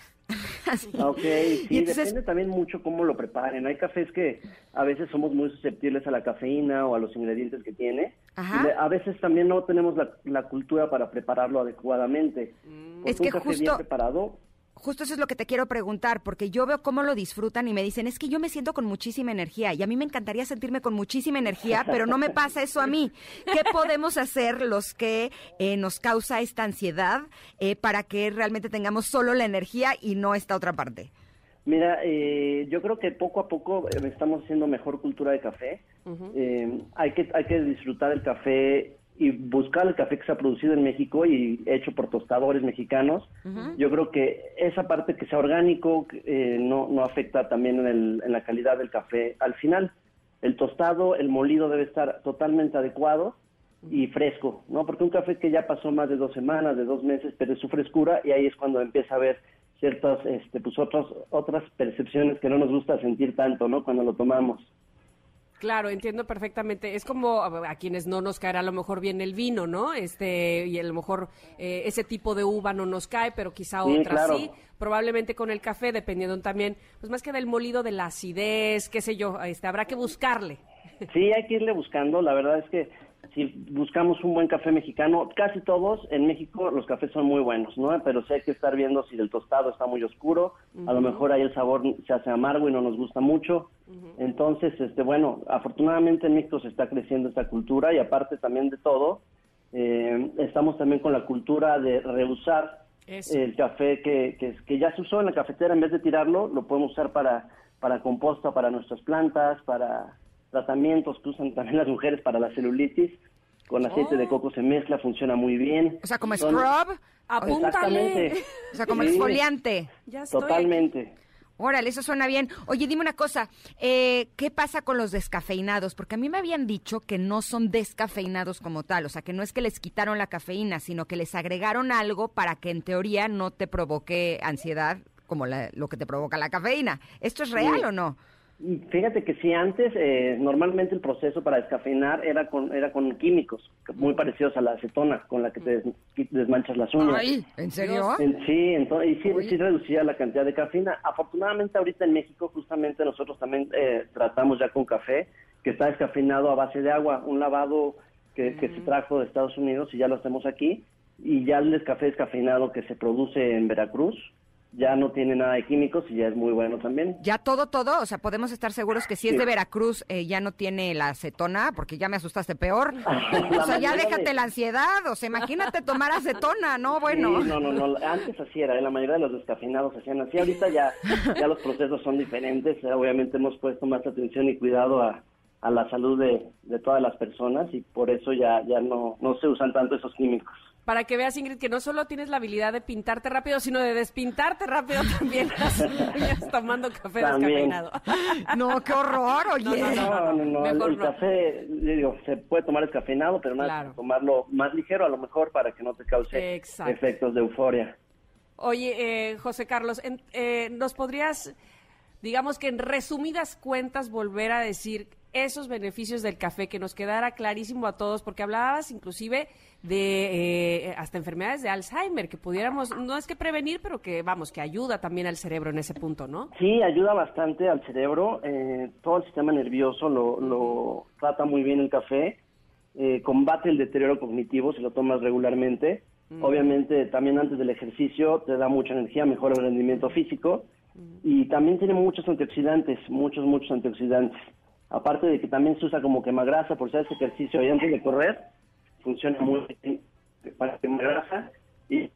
Ok, sí, entonces... depende también mucho cómo lo preparen. Hay cafés que a veces somos muy susceptibles a la cafeína o a los ingredientes que tiene. Ajá. A veces también no tenemos la, la cultura para prepararlo adecuadamente. Mm. Es que un café justo... bien preparado... Justo eso es lo que te quiero preguntar, porque yo veo cómo lo disfrutan y me dicen, es que yo me siento con muchísima energía y a mí me encantaría sentirme con muchísima energía, pero no me pasa eso a mí. ¿Qué podemos hacer los que eh, nos causa esta ansiedad eh, para que realmente tengamos solo la energía y no esta otra parte? Mira, eh, yo creo que poco a poco estamos haciendo mejor cultura de café. Uh-huh. Eh, hay que hay que disfrutar el café y buscar el café que se ha producido en México y hecho por tostadores mexicanos. Uh-huh. Yo creo que esa parte que sea orgánico eh, no, no afecta también en, el, en la calidad del café. Al final, el tostado, el molido debe estar totalmente adecuado y fresco, ¿no? Porque un café que ya pasó más de dos semanas, de dos meses, pierde su frescura y ahí es cuando empieza a haber ciertas, este, pues otras, otras percepciones que no nos gusta sentir tanto, ¿no? Cuando lo tomamos. Claro, entiendo perfectamente. Es como a, a quienes no nos caerá a lo mejor bien el vino, ¿no? Este, y a lo mejor eh, ese tipo de uva no nos cae, pero quizá sí, otra claro. sí. Probablemente con el café, dependiendo también, pues más que del molido, de la acidez, qué sé yo, este, habrá que buscarle. Sí, hay que irle buscando. La verdad es que si buscamos un buen café mexicano, casi todos en México los cafés son muy buenos, ¿no? Pero sí hay que estar viendo si el tostado está muy oscuro, uh-huh. a lo mejor ahí el sabor se hace amargo y no nos gusta mucho. Uh-huh. Entonces, este, bueno, afortunadamente en México se está creciendo esta cultura y aparte también de todo, eh, estamos también con la cultura de reusar Eso. el café que, que, que ya se usó en la cafetera, en vez de tirarlo, lo podemos usar para, para composta, para nuestras plantas, para tratamientos que usan también las mujeres para la celulitis, con aceite oh. de coco se mezcla, funciona muy bien. O sea, como Son... scrub, apúntale. O sea, como sí. exfoliante. Ya estoy. Totalmente. Órale, eso suena bien. Oye, dime una cosa, eh, ¿qué pasa con los descafeinados? Porque a mí me habían dicho que no son descafeinados como tal, o sea, que no es que les quitaron la cafeína, sino que les agregaron algo para que en teoría no te provoque ansiedad como la, lo que te provoca la cafeína. ¿Esto es real sí. o no? Fíjate que sí, antes eh, normalmente el proceso para descafeinar era con era con químicos muy parecidos a la acetona con la que te des, desmanchas las uñas. Ay, ¿en serio? En, sí, entonces, y sí, sí reducía la cantidad de cafeína. Afortunadamente ahorita en México justamente nosotros también eh, tratamos ya con café que está descafeinado a base de agua, un lavado que, uh-huh. que se trajo de Estados Unidos y ya lo hacemos aquí, y ya el café descafeinado que se produce en Veracruz ya no tiene nada de químicos y ya es muy bueno también. Ya todo, todo, o sea, podemos estar seguros que si es de Veracruz eh, ya no tiene la acetona, porque ya me asustaste peor. O sea, ya déjate de... la ansiedad, o sea, imagínate tomar acetona, ¿no? Bueno. Sí, no, no, no, antes así era, la mayoría de los descafeinados hacían así, ahorita ya, ya los procesos son diferentes, obviamente hemos puesto más atención y cuidado a, a la salud de, de todas las personas y por eso ya, ya no, no se usan tanto esos químicos. Para que veas, Ingrid, que no solo tienes la habilidad de pintarte rápido, sino de despintarte rápido también. Las tomando café También. descafeinado. No, qué horror, oye. No, no, No, no, no, Mejor el no. café, digo, se puede tomar descafeinado, pero nada, Claro. tomarlo más ligero a lo mejor para que no te cause Exacto. efectos de euforia. Oye, eh, José Carlos, en- eh, ¿nos podrías, digamos que en resumidas cuentas, volver a decir esos beneficios del café, que nos quedara clarísimo a todos? Porque hablabas inclusive de eh, hasta enfermedades de Alzheimer, que pudiéramos, no es que prevenir, pero que, vamos, que ayuda también al cerebro en ese punto, ¿no? Sí, ayuda bastante al cerebro, eh, todo el sistema nervioso lo, lo trata muy bien el café, eh, combate el deterioro cognitivo si lo tomas regularmente. Mm. Obviamente también antes del ejercicio te da mucha energía, mejora el rendimiento físico y también tiene muchos antioxidantes, muchos, muchos antioxidantes. Aparte de que también se usa como quemagrasa por si haces ejercicio y antes de correr, funciona muy bien para quemagrasa y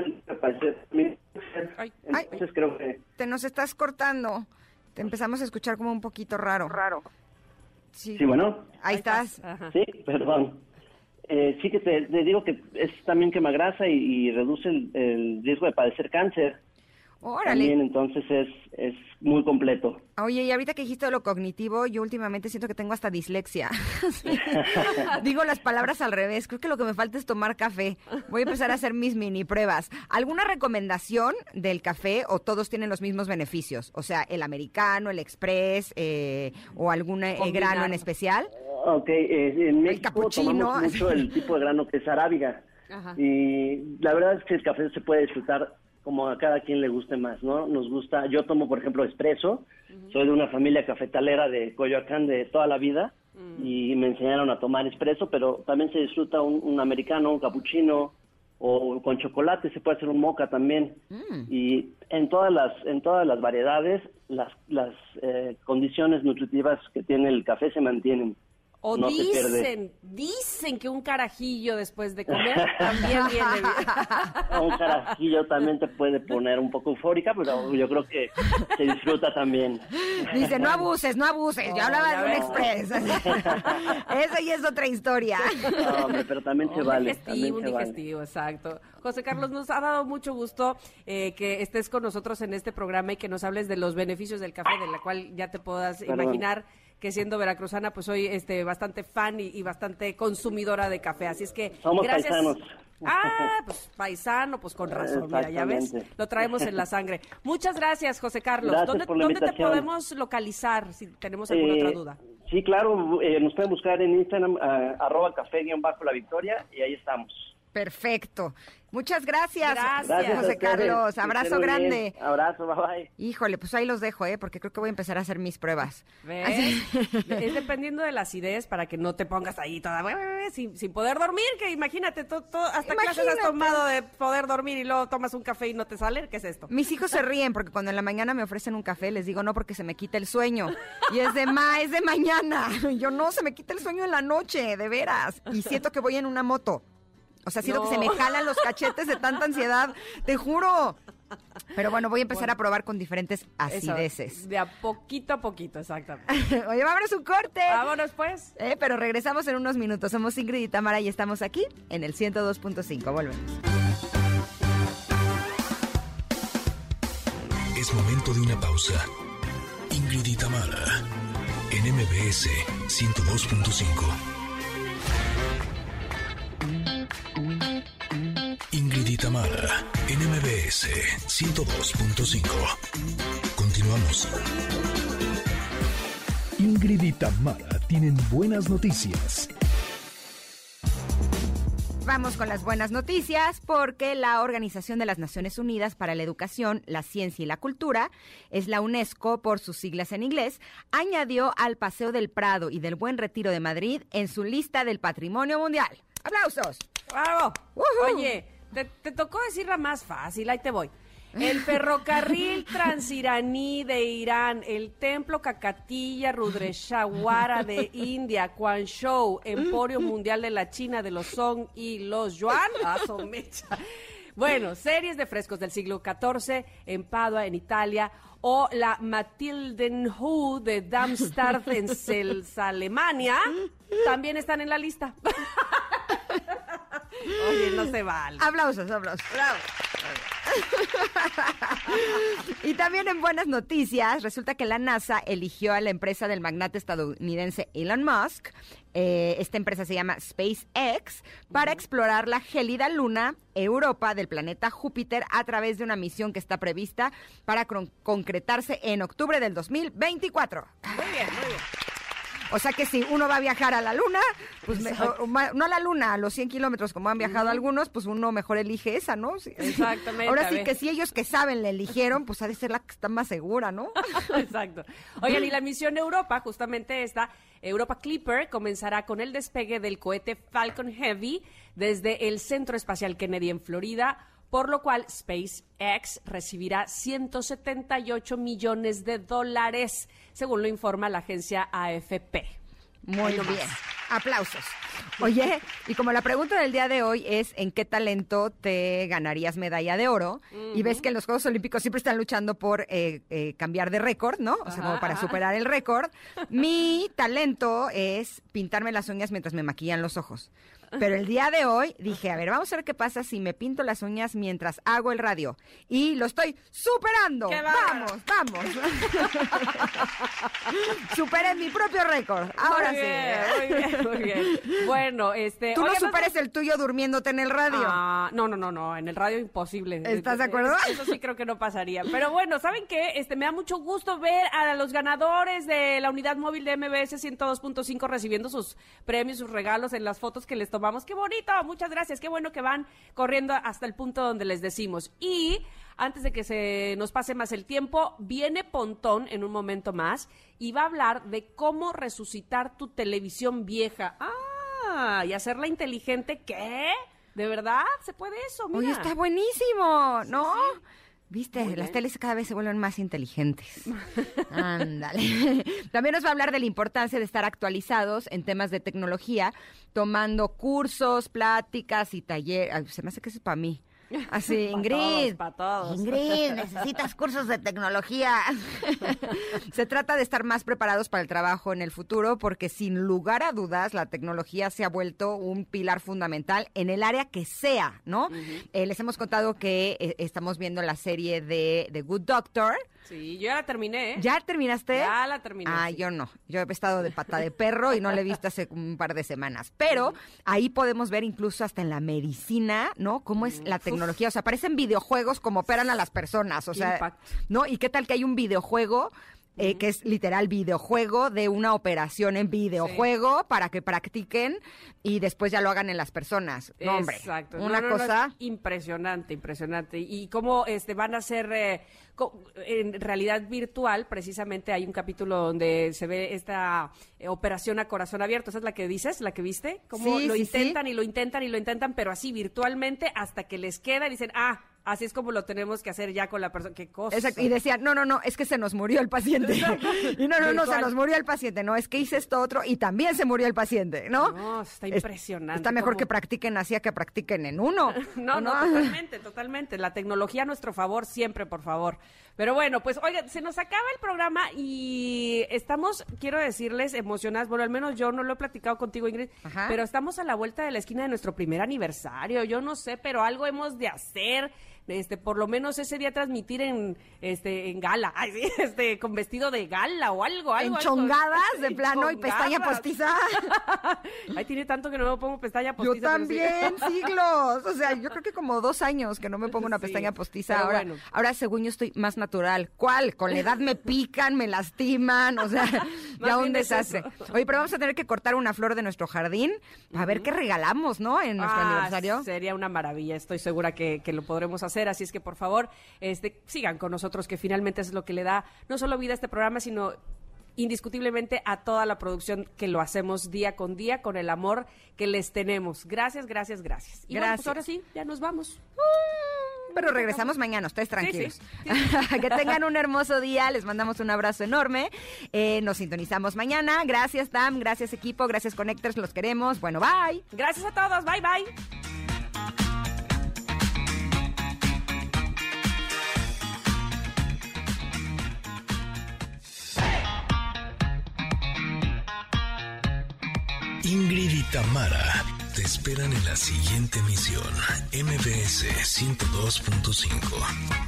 entonces creo que Te nos estás cortando. Te empezamos a escuchar como un poquito raro. Raro. Sí, sí, bueno. Ahí estás. Sí, perdón. Eh, sí que te, te digo que es también quemagrasa y, y reduce el, el riesgo de padecer cáncer. Órale. También, entonces es, es muy completo. Oye, y ahorita que dijiste de lo cognitivo, yo últimamente siento que tengo hasta dislexia. Sí. Digo las palabras al revés. Creo que lo que me falta es tomar café. Voy a empezar a hacer mis mini pruebas. ¿Alguna recomendación del café o todos tienen los mismos beneficios? O sea, el americano, el express eh, o algún eh, grano en especial. Ok, eh, en México capuchino. tomamos mucho el tipo de grano que es arábiga. Ajá. Y la verdad es que el café se puede disfrutar como a cada quien le guste más, ¿no? Nos gusta, yo tomo por ejemplo espresso, soy de una familia cafetalera de Coyoacán de toda la vida y me enseñaron a tomar espresso, pero también se disfruta un, un americano, un cappuccino o con chocolate, se puede hacer un mocha también. Y en todas las en todas las variedades, las, las eh, condiciones nutritivas que tiene el café se mantienen. O No se pierde. dicen, dicen que un carajillo después de comer también viene bien. Un carajillo también te puede poner un poco eufórica, pero yo creo que se disfruta también. Dice, no abuses, no abuses. Yo Oh, hablaba ya de un ves. express. Eso ya es otra historia. No, hombre, pero también se Un vale. digestivo, También un se vale. digestivo, exacto. José Carlos, nos ha dado mucho gusto eh, que estés con nosotros en este programa y que nos hables de los beneficios del café, de la cual ya te puedas Perdón. imaginar que siendo veracruzana, pues soy este, bastante fan y, y bastante consumidora de café. Así es que Somos gracias. paisanos. Ah, pues paisano, pues con razón, mira, ya ves, Exactamente. lo traemos en la sangre. Muchas gracias, José Carlos. Gracias ¿Dónde, por la ¿dónde te invitación. podemos localizar si tenemos alguna Eh, otra duda? Sí, claro, eh, nos pueden buscar en Instagram, ah, arroba café guión bajo la victoria, y ahí estamos. Perfecto. Muchas gracias, Gracias. Gracias a José ustedes. Carlos. Que Abrazo estén muy grande. bien. Abrazo, bye bye. Híjole, pues ahí los dejo, ¿eh? Porque creo que voy a empezar a hacer mis pruebas. ¿Ves? Así- Es dependiendo de la acidez para que no te pongas ahí toda sin, sin poder dormir, que imagínate, to- to- hasta clases has Imagínate. tomado de poder dormir y luego tomas un café y no te sale. ¿Qué es esto? Mis hijos se ríen porque cuando en la mañana me ofrecen un café les digo no porque se me quita el sueño. Y es de ma, es de mañana. Y yo no, se me quita el sueño en la noche, de veras. Y siento que voy en una moto. O sea, siento No. que se me jalan los cachetes de tanta ansiedad, te juro. Pero bueno, voy a empezar a probar con diferentes acideces. Eso, de a poquito a poquito, exactamente. Oye, vámonos un corte. Vámonos pues. Eh, pero regresamos en unos minutos. Somos Ingrid y Tamara y estamos aquí en el ciento dos punto cinco. Volvemos. Es momento de una pausa. Ingrid y Tamara, en M B S ciento dos punto cinco. Ingrid y Tamara, en M B S ciento dos punto cinco. Continuamos. Ingrid y Tamara tienen buenas noticias. Vamos con las buenas noticias porque la Organización de las Naciones Unidas para la Educación, la Ciencia y la Cultura, es la UNESCO por sus siglas en inglés, añadió al Paseo del Prado y del Buen Retiro de Madrid en su lista del Patrimonio Mundial. ¡Aplausos! ¡Bravo! ¡Ujú! Oye, te, te tocó decir la más fácil, ahí te voy. El ferrocarril transiraní de Irán, el templo Kakatiya Rudreshawara de India, Quanzhou, Emporio Mundial de la China de los Song y los Yuan. Ah, son mecha. Bueno, series de frescos del siglo catorce en Padua, en Italia, o la Mathildenhöhe de Darmstadt en Celsa, Alemania, también están en la lista. Oye, no se vale. Aplausos, aplausos. Bravo. Y también en buenas noticias, resulta que la NASA eligió a la empresa del magnate estadounidense Elon Musk, eh, esta empresa se llama SpaceX, para explorar la gélida luna Europa del planeta Júpiter a través de una misión que está prevista para con- concretarse en octubre del dos mil veinticuatro. Muy bien, muy bien. O sea que si uno va a viajar a la luna, pues me- o- o ma- no a la luna, a los cien kilómetros como han viajado algunos, pues uno mejor elige esa, ¿no? Sí. Exactamente, Ahora a sí ver. que si ellos que saben la eligieron, pues ha de ser la que está más segura, ¿no? Exacto. Oigan, y la misión Europa, justamente esta, Europa Clipper, comenzará con el despegue del cohete Falcon Heavy desde el Centro Espacial Kennedy en Florida, por lo cual SpaceX recibirá ciento setenta y ocho millones de dólares, según lo informa la agencia A F P. Muy Ahí nomás. bien. Aplausos. Oye, y como la pregunta del día de hoy es ¿en qué talento te ganarías medalla de oro? Y ves que en los Juegos Olímpicos siempre están luchando por eh, eh, cambiar de récord, ¿no? O sea, como Ajá, para ajá. superar el récord. Mi talento es pintarme las uñas mientras me maquillan los ojos. Pero el día de hoy dije, a ver, vamos a ver qué pasa si me pinto las uñas mientras hago el radio. Y lo estoy superando. ¡Qué bárbaro! Vamos, vamos. Superé mi propio récord. Ahora Muy sí. bien, muy bien, muy bien. Bueno, este... Tú no oigan, superes el tuyo durmiéndote en el radio. Ah, no, no, no, no, en el radio imposible. ¿Estás de acuerdo? Eso, eso sí creo que no pasaría. Pero bueno, ¿saben qué? Este, me da mucho gusto ver a los ganadores de la unidad móvil de M B S ciento dos punto cinco recibiendo sus premios, sus regalos en las fotos que les tomamos. ¡Qué bonito! Muchas gracias. Qué bueno que van corriendo hasta el punto donde les decimos. Y antes de que se nos pase más el tiempo, viene Pontón en un momento más y va a hablar de cómo resucitar tu televisión vieja. ¡Ah! Y hacerla inteligente. ¿Qué? ¿De verdad? ¿Se puede eso? Mira. Oye, está buenísimo, ¿no? Viste, Muy las bien. teles cada vez se vuelven más inteligentes. Ándale. También nos va a hablar de la importancia de estar actualizados en temas de tecnología, tomando cursos, pláticas y talleres. Ay, se me hace que eso es para mí. Así, Pa' Ingrid. todos, pa' todos. Ingrid, necesitas cursos de tecnología. Se trata de estar más preparados para el trabajo en el futuro porque sin lugar a dudas la tecnología se ha vuelto un pilar fundamental en el área que sea, ¿no? Eh, les hemos contado que eh, estamos viendo la serie de The Good Doctor. Sí, yo ya la terminé, ¿eh? ¿Ya terminaste? Ya la terminé. Ah, sí. yo no. Yo he estado de pata de perro y no la he visto hace un par de semanas. Pero ahí podemos ver incluso hasta en la medicina, ¿no? Cómo es la tecnología. O sea, parecen videojuegos como operan a las personas. O Qué sea, impacto. ¿no? ¿Y qué tal que hay un videojuego? Eh, que es literal videojuego de una operación en videojuego para que practiquen y después ya lo hagan en las personas. No, hombre, Exacto. una No, no, no, cosa... es impresionante, impresionante. Y cómo este, van a ser eh, co- en realidad virtual, precisamente hay un capítulo donde se ve esta eh, operación a corazón abierto. ¿Esa es la que dices, la que viste? Cómo Sí, lo sí, intentan sí. y lo intentan y lo intentan, pero así virtualmente hasta que les queda y dicen, ah, así es como lo tenemos que hacer ya con la persona. ¿Qué cosa? Exacto, y decían, no, no, no, es que se nos murió el paciente. Y no, no, no, se Virtual. nos murió el paciente. No, es que hice esto otro y también se murió el paciente, ¿no? No, está Es- impresionante. Está mejor cómo- que practiquen así a que practiquen en uno. No, ¿o no, totalmente, totalmente. La tecnología a nuestro favor siempre, por favor. Pero bueno, pues oigan, se nos acaba el programa y estamos, quiero decirles, emocionadas. Bueno, al menos yo no lo he platicado contigo, Ingrid, Ajá. pero estamos a la vuelta de la esquina de nuestro primer aniversario. Yo no sé, pero algo hemos de hacer. Este, por lo menos ese día transmitir en, este, en gala, ay, sí, este, con vestido de gala o algo, algo. Enchongadas algo. de plano y pestaña Enchongadas. postiza. Ay, tiene tanto que no me pongo pestaña Yo postiza. pero sí. también, siglos. O sea, yo creo que como dos años que no me pongo una Sí, pestaña postiza. pero Ahora, bueno. ahora, según yo, estoy más natural. ¿Cuál? Con la edad me pican, me lastiman, o sea, Más ya un bien es desastre. eso. Oye, pero vamos a tener que cortar una flor de nuestro jardín a ver qué regalamos, ¿no? En nuestro Ah, aniversario. Sería una maravilla, estoy segura que, que lo podremos hacer, así es que por favor, este, sigan con nosotros, que finalmente es lo que le da no solo vida a este programa, sino indiscutiblemente a toda la producción que lo hacemos día con día con el amor que les tenemos. Gracias, gracias, gracias. Y bueno, pues Gracias. ahora sí, ya nos vamos. Pero regresamos mañana, ustedes tranquilos. sí, Que tengan un hermoso día, les mandamos un abrazo enorme. Eh, nos sintonizamos mañana. Gracias, Tam, gracias, equipo, gracias, Connectors, los queremos. Bueno, bye. Gracias a todos, bye bye. Ingrid y Tamara te esperan en la siguiente emisión. M B S ciento dos punto cinco.